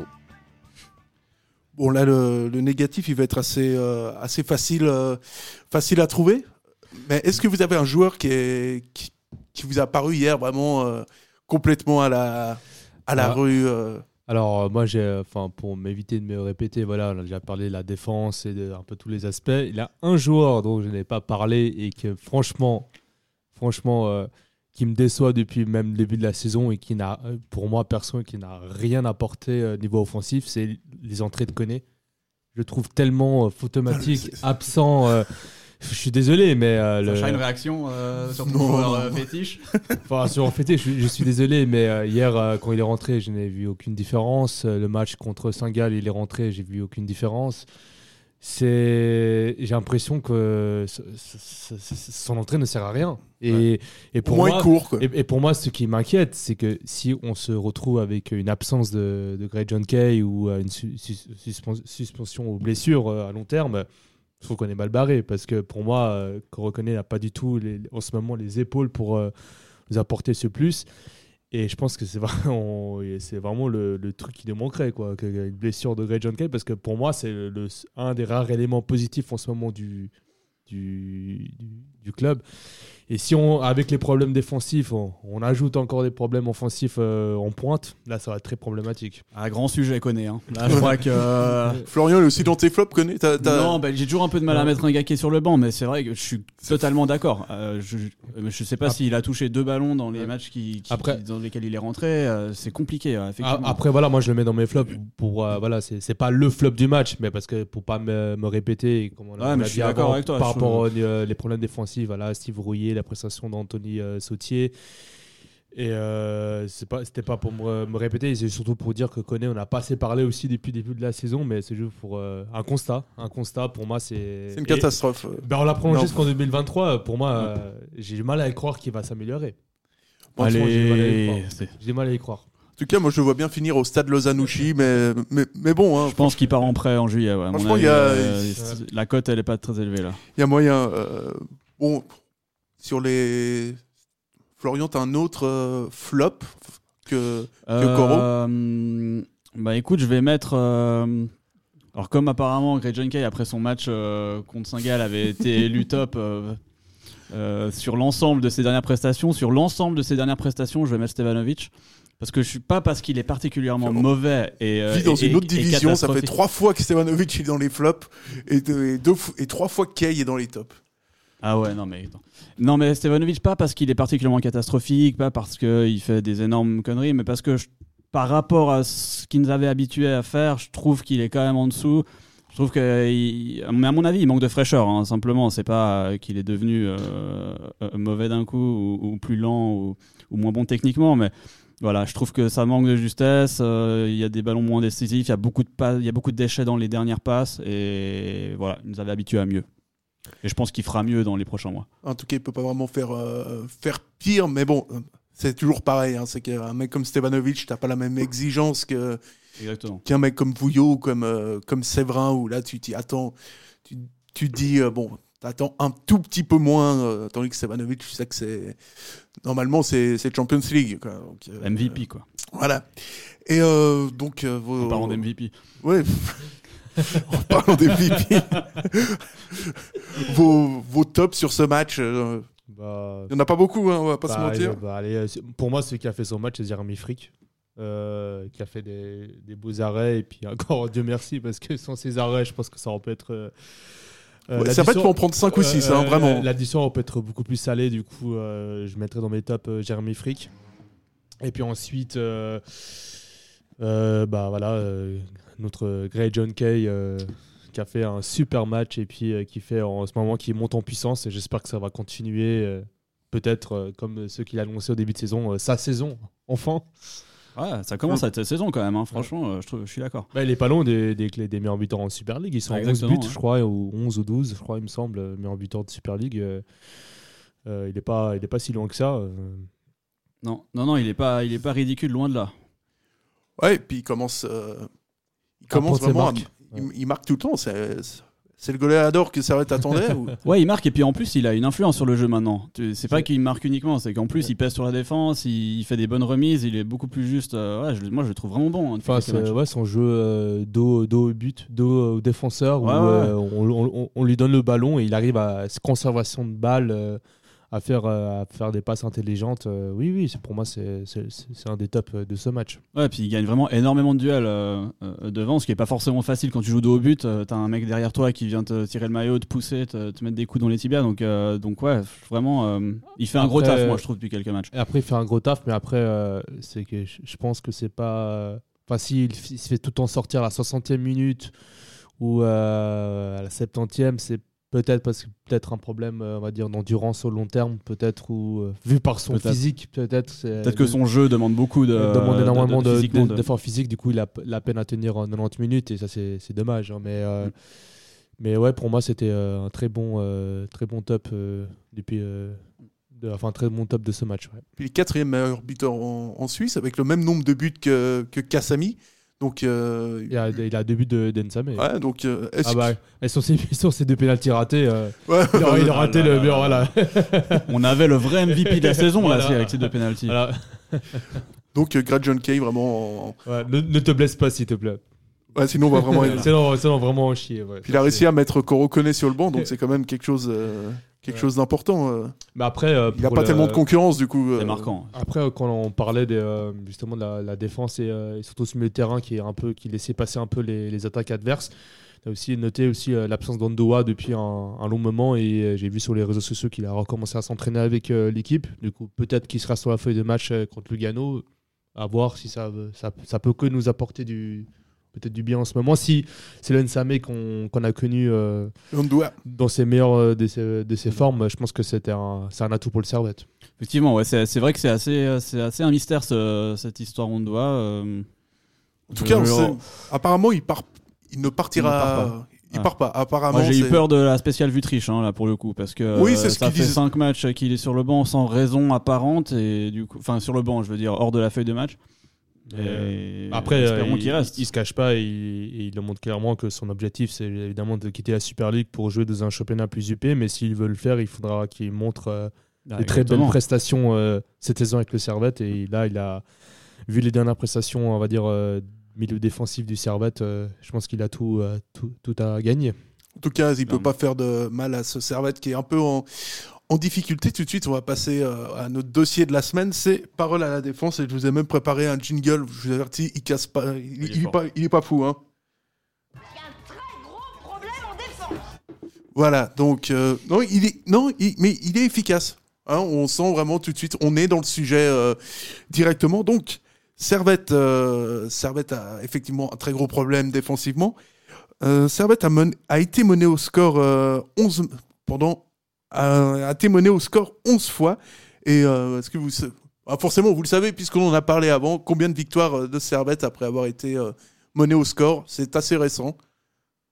Bon, là, le, le négatif, il va être assez, euh, assez facile, euh, facile à trouver. Mais est-ce que vous avez un joueur qui, est, qui, qui vous a paru hier vraiment euh, complètement à la, à la Ah. rue euh, Alors, euh, moi, j'ai, enfin, pour m'éviter de me répéter, voilà, on a déjà parlé de la défense et de un peu tous les aspects. Il y a un joueur dont je n'ai pas parlé et que, franchement, franchement, euh, qui me déçoit depuis même le début de la saison et qui n'a, euh, pour moi, perso, qui n'a rien apporté euh, niveau offensif, c'est les entrées de Koné. Je le trouve tellement euh, fantomatique, C'est- c'est- absent. euh, je suis désolé, mais euh, le... une réaction euh, sur ton joueur, euh, fétiche. Enfin, sur fêté, je, je suis désolé, mais euh, hier, euh, quand il est rentré, je n'ai vu aucune différence. Euh, le match contre Saint-Gall, il est rentré, j'ai vu aucune différence. C'est... J'ai l'impression que ce- ce- ce- ce- son entrée ne sert à rien. Et, et Au pour moins moi, court, quoi. et, et pour moi, ce qui m'inquiète, c'est que si on se retrouve avec une absence de, de Greg John Kay ou euh, une su- sus- suspens- suspension ou blessure euh, à long terme, je trouve qu'on est mal barré. Parce que pour moi, euh, Reconnaît n'a pas du tout les- en ce moment les épaules pour euh, nous apporter ce plus. Et je pense que c'est vraiment, c'est vraiment le, le truc qui nous manquerait, quoi, que- une blessure de Greg John Kay, parce que pour moi, c'est le, le- un des rares éléments positifs en ce moment du, du, du, du club. Et si on, avec les problèmes défensifs, on, on ajoute encore des problèmes offensifs euh, en pointe, là, ça va être très problématique. Un grand sujet, connaît. Hein. Là, je crois que. euh, Florian, il est aussi dans tes flops, connais t'as, t'as- Non, bah, j'ai toujours un peu de mal à Ouais. mettre un gars qui est sur le banc, mais c'est vrai que je suis totalement d'accord. Euh, je, je sais pas Ap- s'il a touché deux ballons dans les Ouais. matchs qui, qui- Après- qui- dans lesquels il est rentré. euh, c'est compliqué, euh, effectivement. Ah, Après, voilà, moi, je le mets dans mes flops. Pour, euh, voilà, c'est, c'est pas le flop du match, mais parce que pour pas me, me répéter, comme on, a- Ouais, on mais a je suis dit d'accord avant, avec toi, par je rapport trouve- aux euh, les problèmes défensifs, voilà, Steve Rouillet, la prestation d'Anthony euh, Sautier. Et euh, c'est pas, c'était pas pour me, me répéter, c'est surtout pour dire que Koné, on n'a pas assez parlé aussi depuis le début de la saison, mais c'est juste pour euh, un constat. Un constat, pour moi, c'est. C'est une Et- catastrophe. Ben, on l'a prolongé Non. jusqu'en deux mille vingt-trois. Pour moi, euh, j'ai du mal à y croire qu'il va s'améliorer. Franchement, Franchement, j'ai du mal à y Allez, croire. c'est- J'ai du mal à y croire. En tout cas, moi, je le vois bien finir au stade Lozanouchi, mais, mais, mais bon, hein, je pense qu'il part en prêt en juillet. Ouais. À mon Franchement, avis, il y a- euh, la cote, elle est pas très élevée là. il y a moyen. euh, bon, sur les... Florian, t'as un autre euh, flop que, que Coro Euh, Bah écoute, je vais mettre. euh, Alors comme apparemment Greg John Kay après son match euh, contre Saint-Gall avait été élu top euh, euh, sur l'ensemble de ses dernières prestations, sur l'ensemble de ses dernières prestations, je vais mettre Stevanovic. Parce que je suis pas parce qu'il est particulièrement Vraiment. mauvais et euh, vit dans et- une autre et- et division. Ça fait catastrophique. trois fois que Stevanovic est dans les flops et, deux, et, deux fo- et trois fois que Kay est dans les tops. Ah ouais, non mais attends. Non mais Stevanovic, pas parce qu'il est particulièrement catastrophique, pas parce qu'il fait des énormes conneries, mais parce que je- par rapport à ce qu'il nous avait habitué à faire, je trouve qu'il est quand même en dessous. Je trouve que, il- mais à mon avis, il manque de fraîcheur. Hein, simplement, c'est pas euh, qu'il est devenu euh, euh, mauvais d'un coup ou, ou plus lent ou, ou moins bon techniquement, mais voilà, je trouve que ça manque de justesse. euh, Il y a des ballons moins décisifs, il y a beaucoup de pas, il y a beaucoup de déchets dans les dernières passes et voilà, il nous avait habitué à mieux. Et je pense qu'il fera mieux dans les prochains mois. En tout cas, il peut pas vraiment faire, euh, faire pire, mais bon, c'est toujours pareil. Hein, c'est qu'un mec comme Stevanovic, t'as pas la même exigence que, Exactement. qu'un mec comme Vouillot ou comme, euh, comme Séverin, où là, tu t'y attends, tu, tu te dis, euh, bon, t'attends un tout petit peu moins, euh, tandis que Stevanovic, tu sais que c'est. Normalement, c'est, c'est Champions League. Quoi. Donc, euh, M V P, quoi. Voilà. Et euh, donc. Euh, vos... En parlant d'M V P. Ouais. En parlant des M V P. vos, vos tops sur ce match. Euh... Bah, il n'y en a pas beaucoup, hein, on va pas bah, se mentir. allez, bah, allez, pour moi, celui qui a fait son match, c'est Jérémy Frick. Euh, qui a fait des, des beaux arrêts. Et puis encore, Dieu merci, parce que sans ces arrêts, je pense que ça aurait pu être. Euh, euh, ouais, ça va être en prendre cinq ou six, euh, hein, vraiment. L'addition aurait pu être beaucoup plus salée. Du coup, euh, je mettrais dans mes tops euh, Jérémy Frick. Et puis ensuite, euh, euh, bah voilà, euh, notre Grey John Kay. Euh, qui a fait un super match et puis euh, qui fait en ce moment qui monte en puissance et j'espère que ça va continuer euh, peut-être euh, comme ceux qu'il a annoncé au début de saison euh, sa saison enfin. Ouais, ça commence à être saison quand même hein. Franchement euh, je, trouve, je suis d'accord. Bah, il est pas loin des, des, des meilleurs buteurs en Super League, ils sont à onze buts ouais. je crois ou onze ou douze je crois il me semble meilleurs buteurs de Super League. euh, euh, il est pas il est pas si loin que ça. euh. Non non non il est pas il est pas ridicule loin de là. Ouais et puis il commence euh, il commence vraiment à, il, il marque tout le temps. C'est, c'est le goléador que Servette attendait ou... Ouais, il marque et puis en plus, il a une influence sur le jeu maintenant. C'est pas qu'il marque uniquement, c'est qu'en plus, ouais. il pèse sur la défense, il fait des bonnes remises, il est beaucoup plus juste. Euh, ouais, je, moi, je le trouve vraiment bon. Hein, enfin, c'est, ouais, son jeu euh, dos, dos au but, dos au défenseur, ouais, où ouais. Euh, on, on, on lui donne le ballon et il arrive à cette conservation de balle. Euh, À faire, euh, à faire des passes intelligentes, euh, oui, oui, c'est, pour moi, c'est, c'est, c'est un des tops de ce match. Ouais, puis il gagne vraiment énormément de duels euh, euh, devant, ce qui n'est pas forcément facile quand tu joues dos au but. Euh, t'as un mec derrière toi qui vient te tirer le maillot, te pousser, te, te mettre des coups dans les tibias. Donc, euh, donc ouais, vraiment, euh, il fait un après, gros taf, moi, je trouve, depuis quelques matchs. Et après, il fait un gros taf, mais après, euh, c'est que je, je pense que c'est pas. Enfin, s'il il se fait tout le temps sortir à la soixantième minute ou euh, à la septantième, c'est peut-être parce que peut-être un problème, on va dire, d'endurance au long terme, peut-être, ou euh, vu par son peut-être. physique, peut-être. C'est, peut-être que son jeu demande beaucoup de. demande énormément de, de, de, de, de... d'efforts physiques, du coup, il a la peine à tenir en quatre-vingt-dix minutes, et ça, c'est, c'est dommage. Hein, mais, euh, mm. mais ouais, pour moi, c'était euh, un très bon, euh, très bon top euh, depuis. Euh, de, enfin, un très bon top de ce match. Ouais. Puis le quatrième meilleur buteur en, en Suisse, avec le même nombre de buts que, que Kassami. Donc, euh, il, a, il a deux buts de d'Ensame. Ouais, donc. Euh, ah bah, et sur ces, sur ces deux pénaltys ratés, euh, ouais, il, a, il a raté ah le là meilleur. Voilà. On avait le vrai M V P de la saison voilà. là, avec ces deux pénaltys. Voilà. Donc, euh, Greg John Kay, vraiment. En... Ouais, ne, ne te blesse pas, s'il te plaît. Ouais, sinon, on va vraiment. sinon, sinon, vraiment en chier. Ouais. Puis il a réussi à mettre Corocone sur le banc, donc c'est quand même quelque chose. Euh... Quelque ouais. chose d'important. Euh. Mais après, euh, il n'y a pas le... tellement de concurrence du coup. C'est euh... marquant. Après, euh, quand on parlait des, euh, justement de la, la défense et, euh, et surtout ce milieu de terrain qui est un peu, qui laissait passer un peu les, les attaques adverses, on a aussi noté aussi euh, l'absence d'Andoa depuis un, un long moment et euh, j'ai vu sur les réseaux sociaux qu'il a recommencé à s'entraîner avec euh, l'équipe. Du coup, peut-être qu'il sera sur la feuille de match euh, contre Lugano. À voir si ça, ça, ça peut que nous apporter du. Peut-être du bien en ce moment. Si c'est l'Ensame qu'on, qu'on a connu euh, dans ses meilleures euh, de, ses, de ses formes, je pense que c'était un, c'est un atout pour le Servette. Effectivement, ouais, c'est, c'est vrai que c'est assez, c'est assez un mystère ce, cette histoire Ondoa. Euh, en tout cas, on sait, apparemment, il, part, il ne partira. Il ne part pas. Il ah. part pas. Apparemment, Moi, j'ai c'est... eu peur de la spéciale Vutriche hein, là pour le coup parce que oui, c'est ce ça fait disent. cinq matchs qu'il est sur le banc sans raison apparente et du coup, enfin sur le banc, je veux dire hors de la feuille de match. Et après, espérons il, qu'il reste. Il, il se cache pas et il, il le montre clairement que son objectif, c'est évidemment de quitter la Super League pour jouer dans un championnat plus U P. Mais s'il veut le faire, il faudra qu'il montre euh, ah, des très belles prestations euh, cette saison avec le Servette. Et là, il a vu les dernières prestations, on va dire euh, milieu défensif du Servette. Euh, je pense qu'il a tout, euh, tout, tout à gagner. En tout cas, il ne peut pas faire de mal à ce Servette qui est un peu en. En difficulté, tout de suite, on va passer euh, à notre dossier de la semaine, c'est Parole à la défense, et je vous ai même préparé un jingle, je vous avertis, il casse pas, il, il, il, est, pas, il est pas fou, hein. Il y a un très gros problème en défense. Voilà, donc, euh, non, il est, non il, mais il est efficace, hein, on sent vraiment tout de suite, on est dans le sujet euh, directement, donc, Servette, euh, Servette a effectivement un très gros problème défensivement, euh, Servette a, men- a été mené au score euh, onze, pendant a été mené au score onze fois. Et euh, est-ce que vous ah, forcément vous le savez puisqu'on en a parlé avant, combien de victoires de Servette après avoir été euh, mené au score, c'est assez récent.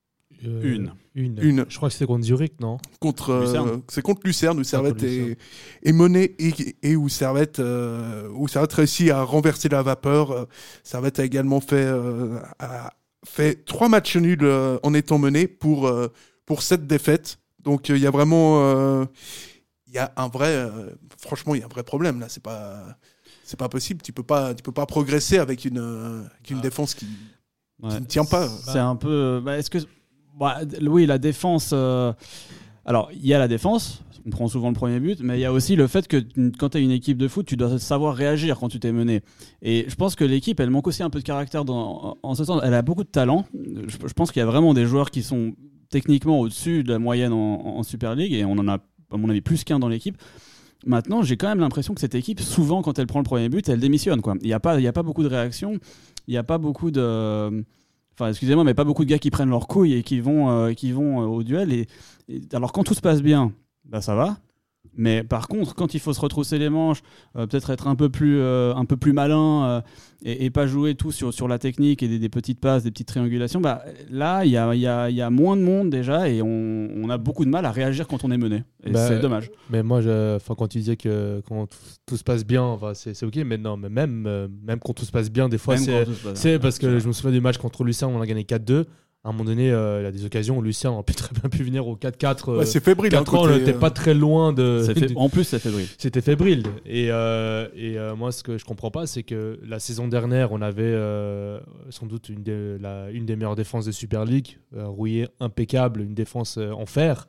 Euh, Une. Une. Une. Je crois que c'était contre Zurich, non? Contre, euh, Lucerne. c'est contre Lucerne, où Servette contre Lucerne. est, est mené et, et où Servette, euh, où Servette réussit à renverser la vapeur. Euh, Servette a également fait, euh, a fait trois matchs nuls euh, en étant mené pour, euh, pour sept défaites. Donc il euh, y a vraiment, il euh, y a un vrai, euh, franchement, il y a un vrai problème là. C'est pas, c'est pas possible. Tu peux pas, tu peux pas progresser avec une, euh, avec une Ah. défense qui, Ouais. qui ne tient pas. C'est un peu. Bah, est-ce que. Bah, oui, la défense. euh, Alors, il y a la défense. On prend souvent le premier but, mais il y a aussi le fait que quand tu as une équipe de foot, tu dois savoir réagir quand tu t'es mené. Et je pense que l'équipe, elle manque aussi un peu de caractère dans, en ce sens. Elle a beaucoup de talent. Je, je pense qu'il y a vraiment des joueurs qui sont techniquement au-dessus de la moyenne en, en Super League, et on en a, à mon avis, plus qu'un dans l'équipe. Maintenant, j'ai quand même l'impression que cette équipe, souvent, quand elle prend le premier but, elle démissionne, quoi. Il n'y a pas, il y a pas beaucoup de réactions. Il n'y a pas beaucoup de. Enfin, excusez-moi, mais pas beaucoup de gars qui prennent leurs couilles et qui vont, euh, qui vont euh, au duel. Et, et, alors, quand tout se passe bien, bah, ça va. Mais par contre, quand il faut se retrousser les manches, euh, peut-être être un peu plus, euh, un peu plus malin euh, et, et pas jouer tout sur, sur la technique et des, des petites passes, des petites triangulations, bah, là, il y a, y, a, y a moins de monde déjà et on, on a beaucoup de mal à réagir quand on est mené. Et Bah, c'est dommage. Mais moi, je, quand tu disais que quand tout, tout se passe bien, enfin, c'est, c'est ok, mais non, mais même, euh, même quand tout se passe bien, des fois, Même c'est, quand tout se passe c'est bien. parce que je me souviens du match contre Lucerne, on a gagné quatre deux. À un moment donné, euh, il y a des occasions où Lucerne aurait pu très bien pu venir au quatre quatre. Euh, Ouais, c'est fébrile. quatre hein, ans, on côté, n'était euh, pas très loin de. C'est fait- En plus, c'est fébrile. C'était fébrile. Et, euh, et euh, moi, ce que je comprends pas, c'est que la saison dernière, on avait euh, sans doute une des, la, une des meilleures défenses de Super League. Euh, Rouillé impeccable, une défense euh, en fer.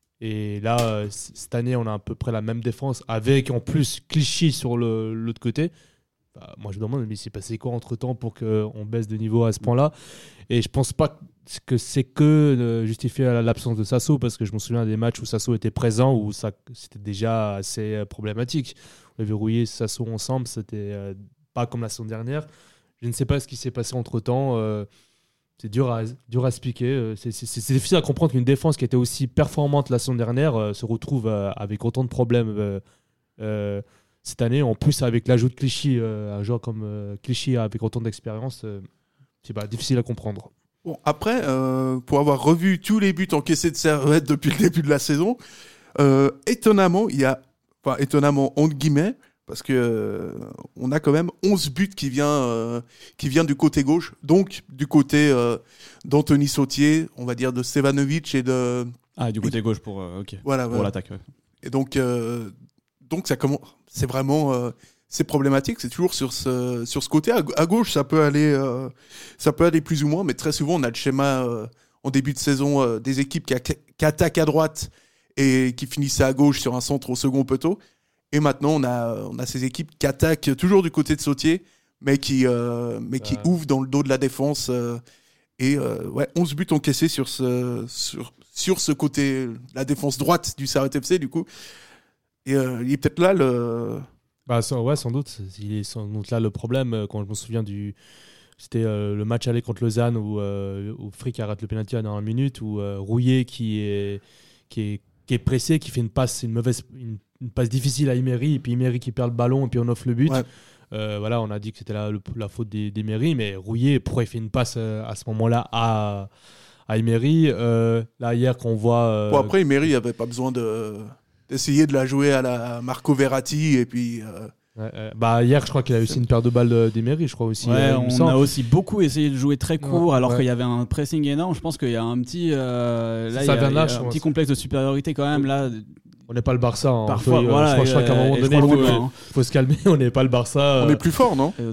Et là, euh, c- cette année, on a à peu près la même défense, avec en plus Clichy sur le, l'autre côté. Bah, moi, je me demande, mais il s'est passé quoi entre-temps pour qu'on baisse de niveau à ce point-là? Et je pense pas que c'est que euh, justifié à l'absence de Sasso, parce que je me souviens des matchs où Sasso était présent, où ça, c'était déjà assez euh, problématique. On avait rouillé Sasso ensemble, c'était euh, pas comme la saison dernière. Je ne sais pas ce qui s'est passé entre-temps. euh, c'est dur à, dur à expliquer. euh, C'est, c'est- c'est difficile à comprendre qu'une défense qui était aussi performante la saison dernière euh, se retrouve euh, avec autant de problèmes euh, euh, cette année. En plus, avec l'ajout de Clichy, euh, un joueur comme euh, Clichy avec autant d'expérience, euh, c'est pas difficile à comprendre. Bon, après, euh, pour avoir revu tous les buts encaissés de Servette depuis le début de la saison, euh, étonnamment, il y a, enfin étonnamment entre guillemets, parce que euh, on a quand même onze buts qui vient, euh, qui vient du côté gauche, donc du côté euh, d'Anthony Sautier, on va dire de Stevanovic et de Ah, du côté gauche pour, euh, ok. voilà. pour voilà. l'attaque. Ouais. Et donc, euh, donc ça commence, c'est vraiment, euh, c'est problématique. C'est toujours sur ce, sur ce côté. À, à gauche, ça peut aller, euh, ça peut aller plus ou moins, mais très souvent, on a le schéma euh, en début de saison euh, des équipes qui, a- qui attaquent à droite et qui finissent à gauche sur un centre au second poteau. Et maintenant, on a, on a ces équipes qui attaquent toujours du côté de Sautier, mais qui, euh, mais qui Ouais. ouvrent dans le dos de la défense. euh, et euh, ouais, onze buts encaissés sur ce, sur, sur ce côté, la défense droite du Servette F C, du coup. Et euh, il est peut-être là le. Bah, sans, ouais, sans doute. Il est sans doute là le problème. euh, Quand je me souviens du. C'était euh, le match aller contre Lausanne où, euh, où Frick arrête le pénalty à dernière minute, où euh, Rouillé qui est, qui, est, qui est pressé, qui fait une passe, une mauvaise, une, une passe difficile à Emery, et puis Emery qui perd le ballon, et puis on offre le but. Ouais. Euh, voilà, on a dit que c'était la, le- la faute des- d'Emery, mais Rouillé, pourquoi il fait une passe euh, à ce moment-là à, à Emery euh, Là, hier, qu'on voit. euh, Bon, après, Emery n'avait pas besoin de, d'essayer de la jouer à la Marco Verratti. Et puis. euh, ouais, ouais. Bah, hier, je crois qu'il a aussi une paire de balles de- d'Emery, je crois aussi. Ouais, euh, il me on semble. a aussi beaucoup essayé de jouer très court Ouais, alors ouais. qu'il y avait un pressing énorme. Je pense qu'il y a un petit, euh, là, Ça il y a, vient de là, il y a je un pense. petit complexe de supériorité quand même. Là, On n'est pas le Barça. hein. parfois, Faut- euh, voilà. je crois, je crois qu'à un moment et- et donné, je il crois faut, que, faut- hein, faut se calmer. On n'est pas le Barça. On euh, est plus fort, non?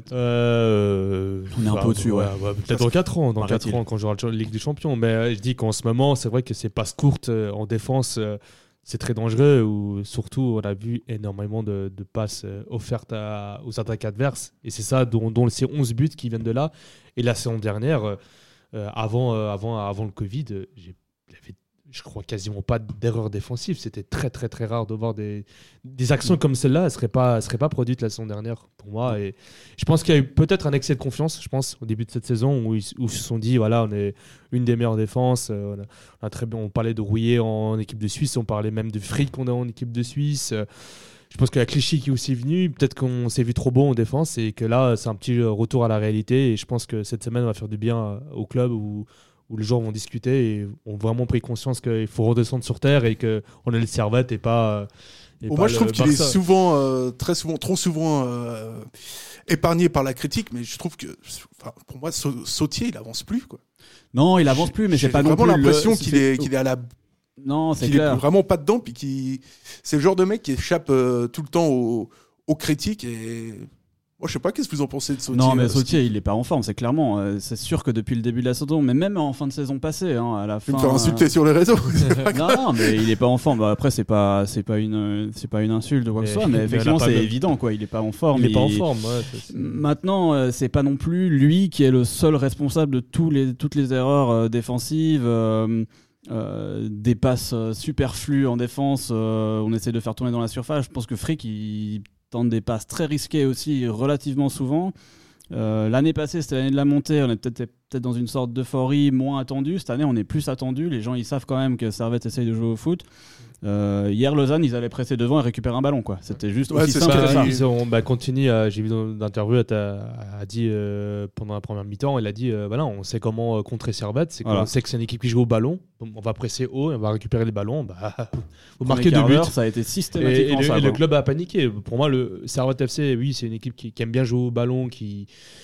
euh, On est un peu bah, au-dessus, ouais. Peut-être dans quatre ans, dans quatre Paraît-il. ans quand j'aurai la Ligue des Champions. Mais euh, je dis qu'en ce moment, c'est vrai que ces passes courtes euh, en défense, euh, c'est très dangereux. Ou surtout, on a vu énormément de, de passes euh, offertes à- aux attaques adverses. Et c'est ça, dont, dont ces onze buts qui viennent de là. Et la saison dernière, euh, euh, avant, euh, avant, avant le Covid, euh, j'ai, il y avait, je crois, quasiment pas d'erreur défensive. C'était très, très, très rare de voir des, des actions comme celle-là. Elles ne seraient pas, elles seraient pas produites la saison dernière pour moi. Et je pense qu'il y a eu peut-être un excès de confiance, je pense, au début de cette saison, où ils, où ils se sont dit, voilà, on est une des meilleures défenses. euh, on, a, on, a très bien, on parlait de Rouillé en équipe de Suisse, on parlait même de Frick qu'on a en équipe de Suisse. Euh, Je pense qu'il y a Clichy qui est aussi venu. Peut-être qu'on s'est vu trop bon en défense et que là, c'est un petit retour à la réalité. Et je pense que cette semaine, on va faire du bien au club où, où les joueurs vont discuter et ont vraiment pris conscience qu'il faut redescendre sur terre et qu'on est les Servette et pas. Et bon, pas moi, je trouve le qu'il Barça. est souvent, euh, très souvent, trop souvent euh, épargné par la critique, mais je trouve que, enfin, pour moi, Sau- Sautier, il avance plus, quoi. Non, il avance plus, mais J'ai c'est pas non vraiment plus. l'impression le- qu'il c'est- est, qu'il est à la, Non, c'est qu'il est clair. vraiment pas dedans, puis qui, c'est le genre de mec qui échappe euh, tout le temps aux, aux critiques et. Moi, je sais pas, qu'est-ce que vous en pensez de Sautier Non, mais euh, Sautier, il est pas en forme, c'est clairement. euh, C'est sûr que depuis le début de la saison, mais même en fin de saison passée, hein, à la Je fin. vais me faire euh, insulter sur les réseaux. non, non, mais il est pas en forme. Bah, après, c'est pas, c'est pas une, c'est pas une insulte ou quoi que ce Mais- soit, mais mais effectivement, elle a pas c'est même- évident, quoi. Il est pas en forme. Il est pas en forme. Ouais, c'est- c'est- Maintenant, euh, c'est pas non plus lui qui est le seul responsable de tous les, toutes les erreurs euh, défensives. euh, euh, des passes euh, superflues en défense, euh, on essaie de faire tourner dans la surface. Je pense que Frick, il tente des passes très risquées aussi, relativement souvent. Euh, l'année passée, c'était l'année de la montée, on est peut-être, peut-être dans une sorte d'euphorie moins attendue. Cette année, on est plus attendu. Les gens, ils savent quand même que Servette essaye de jouer au foot. Euh, hier, Lausanne, ils allaient presser devant et récupérer un ballon, quoi. C'était juste Ouais, aussi c'est simple ça, que ça. Ils ont, bah, Contini, euh, j'ai vu dans l'interview, a, a dit euh, pendant la première mi-temps, il a dit euh, voilà, on sait comment euh, contrer Servette, c'est qu'on Voilà. sait que c'est une équipe qui joue au ballon, on va presser haut, et on va récupérer les ballons, bah, vous Premier marquez deux quart buts. d'heure, ça a été Et, et systématiquement le, ça. et le quoi. club a paniqué. Pour moi, le Servette F C, oui, c'est une équipe qui, qui aime bien jouer au ballon, qui,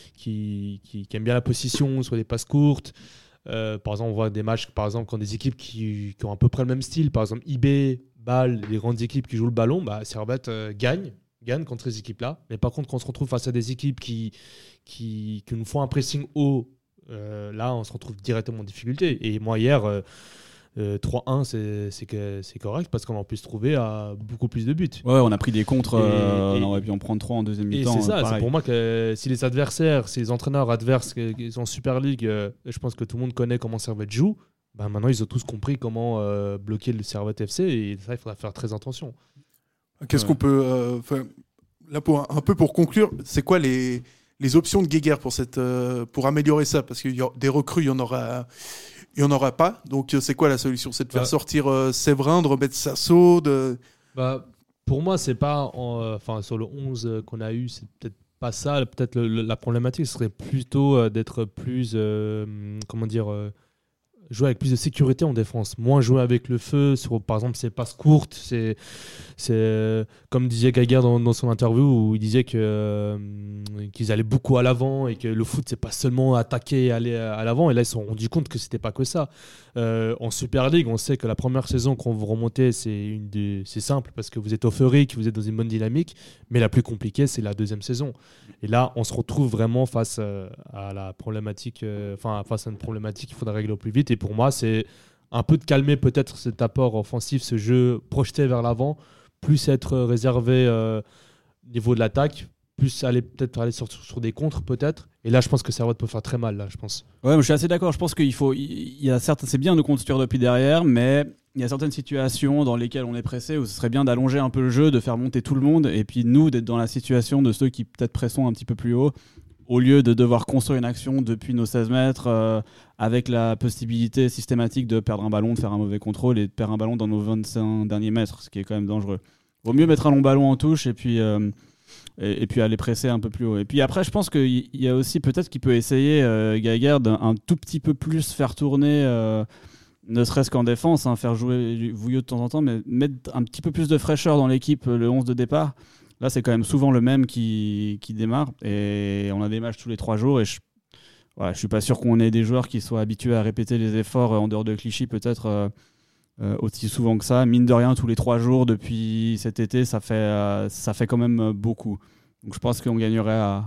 qui, qui, qui aime bien la position, soit des passes courtes. Euh, par exemple, on voit des matchs, par exemple, quand des équipes qui, qui ont à peu près le même style, par exemple I B, Bâle, les grandes équipes qui jouent le ballon, bah, Servette euh, gagne, gagne contre ces équipes-là. Mais par contre, quand on se retrouve face à des équipes qui, qui, qui nous font un pressing haut, euh, là, on se retrouve directement en difficulté. Et moi, hier, euh, euh, trois un, c'est, c'est, que, c'est correct parce qu'on a pu se trouver à beaucoup plus de buts. Ouais, on a pris des contres, Et- euh, et- on aurait pu en prendre trois en deuxième Et mi-temps. c'est ça, euh, c'est pareil. pour moi que si les adversaires, si les entraîneurs adverses qui qui sont en Super League, euh, je pense que tout le monde connaît comment Servette joue, bah maintenant ils ont tous compris comment euh, bloquer le Servette F C et ça il faudra faire très attention. Qu'est-ce Ouais. qu'on peut. euh, 'fin, là, pour, un, un peu pour conclure, c'est quoi les, les options de Guéguerre pour, cette, euh, pour améliorer ça? Parce que y a des recrues, il n'y en aura. Il n'y en aura pas. Donc, euh, c'est quoi la solution? C'est de faire Bah. sortir euh, Séverin, de remettre Sasso de... Bah, pour moi, c'est pas en, euh, enfin sur le onze euh, qu'on a eu, c'est peut-être pas ça. Peut-être le- le- la problématique serait plutôt euh, d'être plus, euh, comment dire, euh, jouer avec plus de sécurité en défense, moins jouer avec le feu sur, par exemple, ses passes courtes. C'est, c'est euh, comme disait Gaguerre dans, dans son interview où il disait que euh, qu'ils allaient beaucoup à l'avant et que le foot c'est pas seulement attaquer et aller à, à l'avant. Et là ils se sont rendus compte que c'était pas que ça. Euh, en Super League, on sait que la première saison quand vous remontez, c'est une des, c'est simple parce que vous êtes euphorique, vous êtes dans une bonne dynamique. Mais la plus compliquée, c'est la deuxième saison. Et là, on se retrouve vraiment face euh, à la problématique, euh, enfin face à une problématique qu'il faudra régler au plus vite. Et pour moi, c'est un peu de calmer peut-être cet apport offensif, ce jeu projeté vers l'avant, plus être réservé euh, au niveau de l'attaque, plus aller peut-être aller sur, sur des contres peut-être. Et là, je pense que Servette peut faire très mal là, je pense. Ouais, mais je suis assez d'accord. Je pense qu'il faut, il y a certes, c'est bien de construire depuis derrière, mais il y a certaines situations dans lesquelles on est pressé où ce serait bien d'allonger un peu le jeu, de faire monter tout le monde, et puis nous d'être dans la situation de ceux qui peut-être pressons un petit peu plus haut, au lieu de devoir construire une action depuis nos seize mètres, euh, avec la possibilité systématique de perdre un ballon, de faire un mauvais contrôle et de perdre un ballon dans nos vingt-cinq derniers mètres, ce qui est quand même dangereux. Vaut mieux mettre un long ballon en touche et puis. Euh, Et, et puis aller presser un peu plus haut. Et puis après, je pense qu'il y a aussi peut-être qu'il peut essayer, euh, Gaillard, d'un un tout petit peu plus faire tourner, euh, ne serait-ce qu'en défense, hein, faire jouer Vouillot de temps en temps, mais mettre un petit peu plus de fraîcheur dans l'équipe, le onze de départ. Là, c'est quand même souvent le même qui, qui démarre. Et on a des matchs tous les trois jours. Et je ne suis pas sûr qu'on ait des joueurs qui soient habitués à répéter les efforts en dehors de Clichy, peut-être. Euh, Euh, aussi souvent que ça, mine de rien, tous les trois jours depuis cet été, ça fait, euh, ça fait quand même beaucoup. Donc je pense qu'on gagnerait à,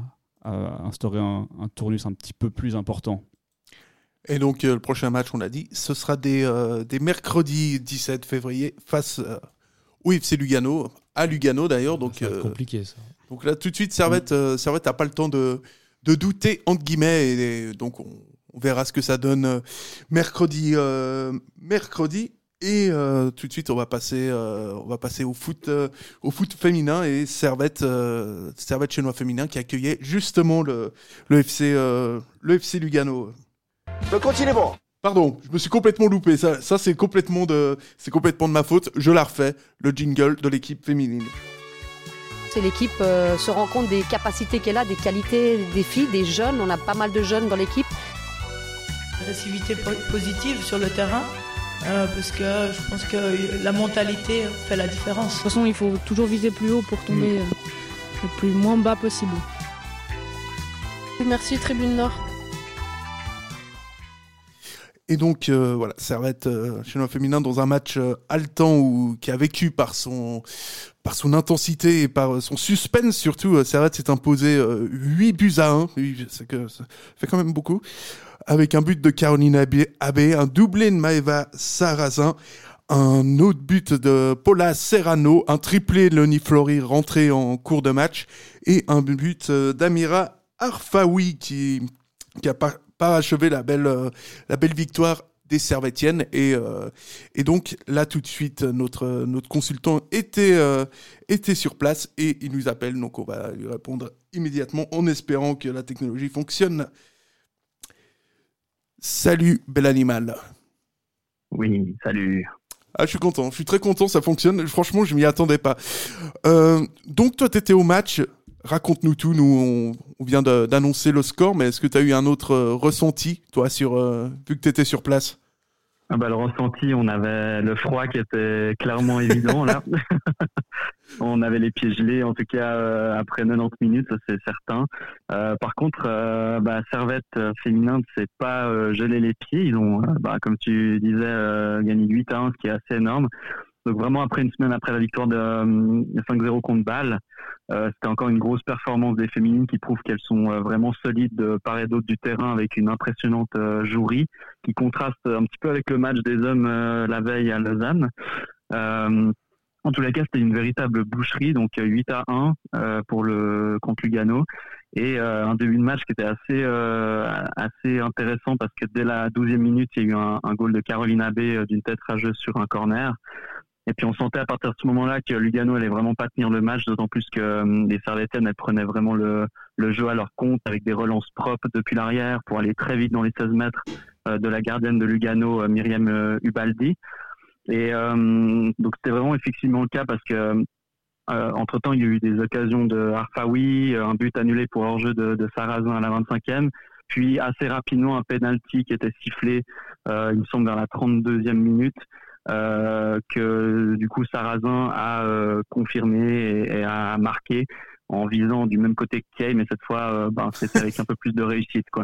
à instaurer un, un tournus un petit peu plus important. Et donc, euh, le prochain match, on l'a dit, ce sera des, euh, des mercredis dix-sept février face euh, au F C Lugano, à Lugano d'ailleurs. Donc, Ça va être euh, compliqué ça. donc là, tout de suite, Servette euh, Servette n'a pas le temps de, de douter, entre guillemets. Et, et donc, on, on verra ce que ça donne euh, mercredi. Euh, mercredi. Et euh, tout de suite, on va passer, euh, on va passer au foot, euh, au foot féminin et Servette, euh, Servette Chenois féminin qui accueillait justement le, le F C, euh, le F C Lugano. Le continent bon. Pardon, je me suis complètement loupé. Ça, ça c'est complètement de, c'est complètement de ma faute. Je la refais. Le jingle de l'équipe féminine. C'est l'équipe euh, se rend compte des capacités qu'elle a, des qualités des filles, des jeunes. On a pas mal de jeunes dans l'équipe. agressivité po- positive sur le terrain. Euh, parce que je pense que la mentalité fait la différence. De toute façon, il faut toujours viser plus haut pour tomber mmh. le plus moins bas possible. Merci Tribune Nord. Et donc euh, voilà, Servette euh, chez le féminin dans un match euh, haletant ou qui a vécu par son par son intensité et par son suspense surtout. Euh, Servette s'est imposé euh, huit buts à un, oui, c'est que ça fait quand même beaucoup. Avec un but de Caroline Abbé, un doublé de Maëva Sarrazin, un autre but de Paula Serrano, un triplé de Loni Flory rentré en cours de match et un but d'Amira Arfaoui qui, qui a pas, pas achevé la belle, la belle victoire des Servettiennes. Et, euh, et donc là tout de suite notre, notre consultant était, euh, était sur place et il nous appelle, donc on va lui répondre immédiatement en espérant que la technologie fonctionne. Salut, bel animal. Oui, salut. Ah, je suis content, je suis très content, ça fonctionne. Franchement, je m'y attendais pas. Euh, donc, toi, tu étais au match. Raconte-nous tout. Nous, on, on vient de, d'annoncer le score, mais est-ce que tu as eu un autre euh, ressenti, toi, sur, euh, vu que tu étais sur place ? Ah bah, le ressenti, on avait le froid qui était clairement évident, là. On avait les pieds gelés, en tout cas, euh, après quatre-vingt-dix minutes, ça c'est certain. Euh, par contre, euh, bah, Servette euh, féminin ne s'est pas euh, gelé les pieds. Ils ont, euh, bah, comme tu disais, euh, gagné huit à un, ce qui est assez énorme. Donc vraiment, après une semaine après la victoire de, euh, de cinq zéro contre Bâle, euh, c'était encore une grosse performance des féminines qui prouve qu'elles sont euh, vraiment solides de part et d'autre du terrain avec une impressionnante euh, jouerie qui contraste un petit peu avec le match des hommes euh, la veille à Lausanne. Euh, en tous les cas, c'était une véritable boucherie, donc huit à un euh, pour le contre Lugano. Et euh, un début de match qui était assez euh, assez intéressant parce que dès la douzième minute, il y a eu un, un goal de Caroline Abbé euh, d'une tête rageuse sur un corner. Et puis on sentait à partir de ce moment-là que Lugano allait vraiment pas tenir le match, d'autant plus que euh, les Servettiennes, elles prenaient vraiment le, le jeu à leur compte avec des relances propres depuis l'arrière pour aller très vite dans les seize mètres euh, de la gardienne de Lugano, euh, Myriam euh, Ubaldi. Et euh, donc c'était vraiment effectivement le cas parce que euh, entre-temps il y a eu des occasions de Arfaoui, un but annulé pour hors-jeu de, de Sarrazin à la vingt-cinquième, puis assez rapidement un penalty qui était sifflé, euh, il me semble vers la trente-deuxième minute. Euh, que du coup Sarrazin a euh, confirmé et, et a marqué en visant du même côté que Kay, mais cette fois euh, ben, c'était avec un peu plus de réussite quoi.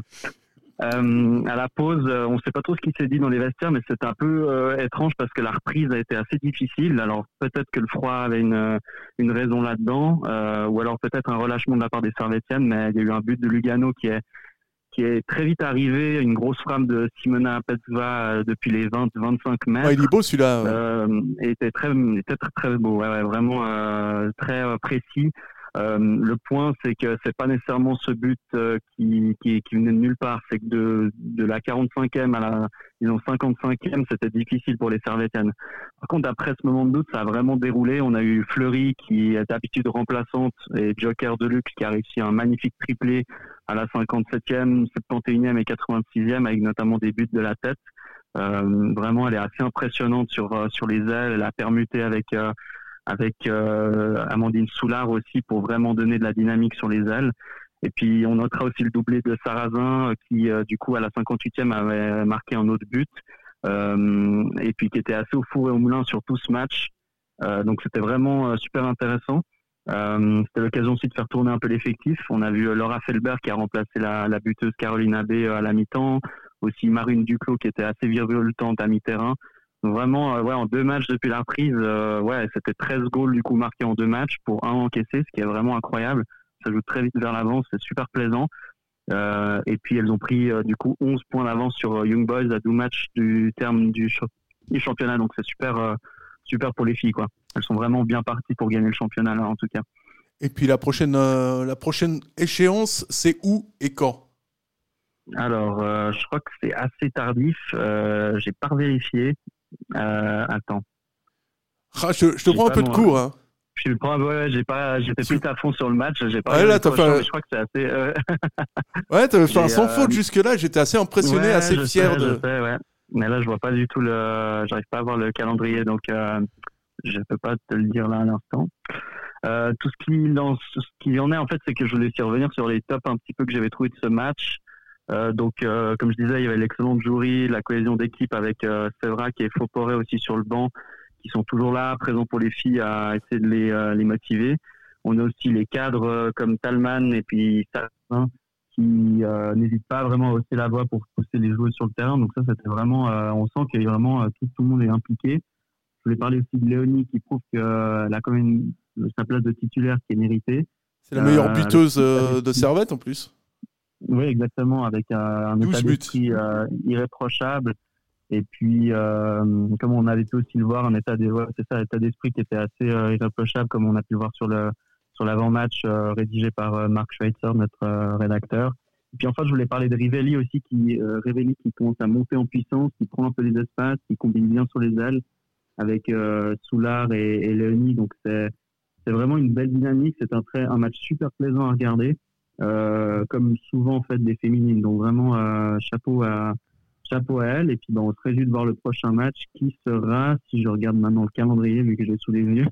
Euh, à la pause, euh, on ne sait pas trop ce qui s'est dit dans les vestiaires, mais c'était un peu euh, étrange parce que la reprise a été assez difficile. Alors peut-être que le froid avait une, une raison là-dedans, euh, ou alors peut-être un relâchement de la part des Servettiennes, mais il y a eu un but de Lugano qui est qui est très vite arrivé, une grosse frappe de Simona Petzva depuis les vingt à vingt-cinq mètres. Ouais, il est beau celui-là. Ouais. Euh, et était très, était très, très beau, ouais, ouais, vraiment euh, très euh, précis. Euh, le point, c'est que c'est pas nécessairement ce but euh, qui, qui, qui venait de nulle part. C'est que de, de la quarante-cinquième à la disons cinquante-cinquième, c'était difficile pour les Servettiennes. Par contre, après ce moment de doute, ça a vraiment déroulé. On a eu Fleury qui est d'habitude remplaçante et Joker Deluxe qui a réussi un magnifique triplé à la cinquante-septième, soixante et unième et quatre-vingt-sixième avec notamment des buts de la tête. Euh, vraiment, elle est assez impressionnante sur sur les ailes. Elle a permuté avec euh, avec euh, Amandine Soulard aussi pour vraiment donner de la dynamique sur les ailes. Et puis on notera aussi le doublé de Sarrazin qui euh, du coup à la cinquante-huitième avait marqué un autre but euh, et puis qui était assez au four et au moulin sur tout ce match. Euh, donc c'était vraiment euh, super intéressant. Euh, c'était l'occasion aussi de faire tourner un peu l'effectif. On a vu Laura Felbert qui a remplacé la, la buteuse Caroline Abbé à la mi-temps, aussi Marine Duclos qui était assez virevoltante à mi-terrain. Vraiment, euh, ouais, en deux matchs depuis la reprise, euh, ouais, c'était treize goals du coup marqués en deux matchs pour un encaissé, ce qui est vraiment incroyable. Ça joue très vite vers l'avant, c'est super plaisant. Euh, et puis elles ont pris euh, du coup onze points d'avance sur euh, Young Boys à douze matchs du terme du, ch- du championnat, donc c'est super, euh, super pour les filles quoi. Elles sont vraiment bien parties pour gagner le championnat là en tout cas. Et puis la prochaine, euh, la prochaine échéance, c'est où et quand ? Alors, euh, je crois que c'est assez tardif. Euh, j'ai pas vérifié. Euh, attends. Ah, je, je te prends un peu de cours. Hein. Je le prends, ouais, j'ai pas, j'étais plus à fond sur le match. J'ai pas. Ouais, là, t'as fait un... Je crois que c'est assez. Euh... ouais, t'avais fait un sans euh... faute jusque-là. J'étais assez impressionné, ouais, assez je fier sais, de. Je sais, ouais. Mais là, je vois pas du tout le. J'arrive pas à voir le calendrier, donc euh, je peux pas te le dire là à l'instant. Euh, tout ce qui, dans, ce qui en est, en fait, c'est que je voulais aussi revenir sur les tops un petit peu que j'avais trouvé de ce match. Euh, donc, euh, comme je disais, il y avait l'excellente jury, la cohésion d'équipe avec euh, Sévrac et Foporé aussi sur le banc, qui sont toujours là, présents pour les filles, à essayer de les, euh, les motiver. On a aussi les cadres euh, comme Talman et puis Sarrazin, qui euh, n'hésitent pas vraiment à hausser la voix pour pousser les joueuses sur le terrain. Donc ça, c'était vraiment, euh, on sent qu'il y a vraiment euh, tout, tout le monde est impliqué. Je voulais parler aussi de Léonie, qui prouve qu'elle euh, a quand même une, sa place de titulaire qui est méritée. C'est la meilleure Euh, buteuse avec- euh, avec- de Servette en plus. Oui, exactement, avec un, un douze état buts. d'esprit euh, irréprochable. Et puis, euh, comme on avait pu aussi le voir, un état, des, ouais, c'est ça, état d'esprit qui était assez euh, irréprochable, comme on a pu le voir sur, le, sur l'avant-match euh, rédigé par euh, Marc Schweitzer, notre euh, rédacteur. Et puis enfin, je voulais parler de Rivelli aussi, qui, euh, Rivelli qui commence à monter en puissance, qui prend un peu les espaces, qui combine bien sur les ailes avec euh, Soulard et, et Léonie. Donc c'est, c'est vraiment une belle dynamique. C'est un, très, un match super plaisant à regarder. Euh, comme souvent en fait des féminines, donc vraiment euh, chapeau à chapeau à elle. Et puis ben, on se réjouit de voir le prochain match qui sera, si je regarde maintenant le calendrier vu que je l'ai sous les yeux,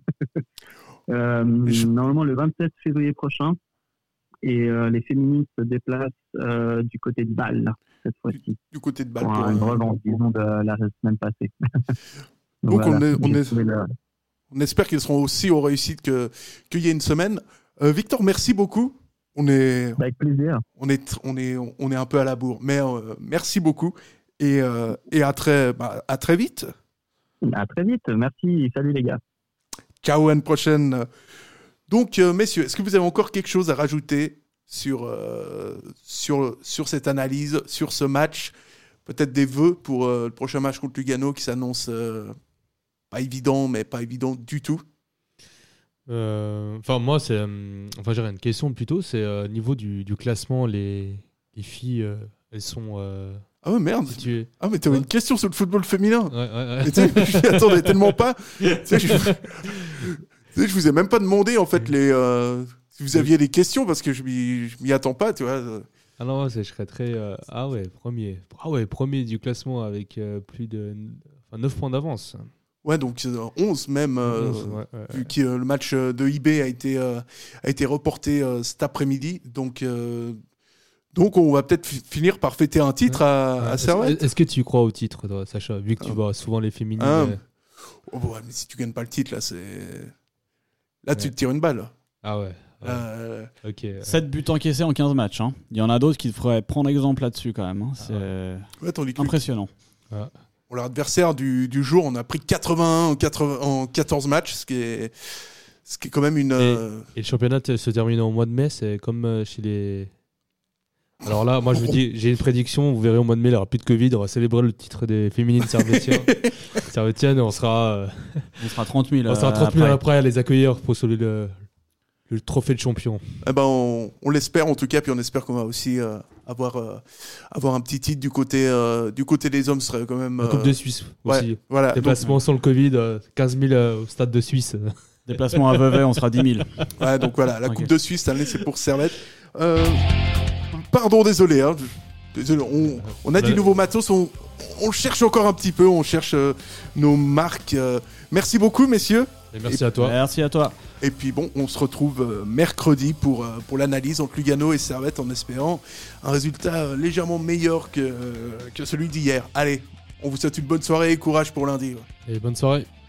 euh, je... normalement le vingt-sept février prochain, et euh, les féminines se déplacent euh, du côté de Bâle cette fois-ci. Du, du côté de Bâle. Pour Pour une un... revanche, disons, de la semaine passée. donc, donc voilà, on, est, on, est, le... on espère qu'ils seront aussi aux réussites que, qu'il y a une semaine. Euh, Victor, merci beaucoup. On est, Avec plaisir. On est, on est, on est un peu à la bourre, mais euh, merci beaucoup et, euh, et à très, bah, à très vite. À très vite. Merci. Salut les gars. Ciao, à une prochaine. Donc, euh, messieurs, est-ce que vous avez encore quelque chose à rajouter sur, euh, sur, sur cette analyse, sur ce match? Peut-être des vœux pour euh, le prochain match contre Lugano qui s'annonce euh, pas évident, mais pas évident du tout. Euh, Enfin, moi, c'est. euh, Enfin, j'aurais une question plutôt. C'est au niveau du, du classement, les, les filles, euh, elles sont. Euh, ah ouais, merde. situées. Ah, mais t'avais ouais. une question sur le football féminin. Ouais, ouais, ouais. Tu sais, je m'y attendais tellement pas. Tu sais, je, tu sais, je vous ai même pas demandé, en fait, les, euh, si vous aviez des questions, parce que je m'y, je m'y attends pas, tu vois. Ah non, c'est, je serais très. Euh, ah ouais, premier. Ah ouais, premier du classement avec euh, plus de. Enfin, neuf points d'avance. Ouais, donc euh, onze même, euh, onze, ouais, ouais, vu ouais. que euh, le match de I B a été, euh, a été reporté euh, cet après-midi. Donc, euh, donc on va peut-être f- finir par fêter un titre à, Ouais. à Servette. Est-ce, est-ce que tu crois au titre, toi, Sacha, vu que tu Ah. vois souvent les féminines Ah. euh, Oh, ouais, mais si tu gagnes pas le titre, là, c'est. Là, tu Ouais. te tires une balle. Ah ouais. ouais. Euh, Ok. euh, sept buts encaissés en quinze matchs. Hein. Il y en a d'autres qui devraient prendre exemple là-dessus quand même. Hein. C'est ouais, tandis que impressionnant. ouais. pour leur adversaire du, du jour, on a pris quatre-vingt-un en, quatre-vingts en quatorze matchs, ce qui est, ce qui est quand même une. euh, Et le championnat t- se termine au mois de mai, c'est comme euh, chez les. Alors là, moi je vous dis, j'ai une prédiction, vous verrez au mois de mai, il n'y aura plus de Covid, on va célébrer le titre des féminines servétiennes. Servétiennes, on sera. euh, On sera trente mille. on sera euh, trente mille après. après à les accueillir pour sauver le, le trophée de champion. Eh ben on, on l'espère en tout cas, puis on espère qu'on va aussi euh, avoir, euh, avoir un petit titre du côté, euh, du côté des hommes, ce serait quand même. La Coupe euh, de Suisse ouais, aussi. voilà. Déplacement sans le Covid, euh, quinze mille euh, au stade de Suisse. Déplacement à Vevey, on sera dix mille. Donc, ouais, donc voilà, la Ok. Coupe de Suisse, cette année, c'est pour Servette. Euh, pardon, désolé. Hein, désolé on, on a Ouais. du nouveau matos, on, on cherche encore un petit peu, on cherche euh, nos marques. euh. Merci beaucoup, messieurs. Et merci à toi. Merci à toi. Et puis bon, on se retrouve euh, mercredi pour, euh, pour l'analyse entre Lugano et Servette en espérant un résultat euh, légèrement meilleur que, euh, que celui d'hier. Allez, on vous souhaite une bonne soirée et courage pour lundi. Et bonne soirée.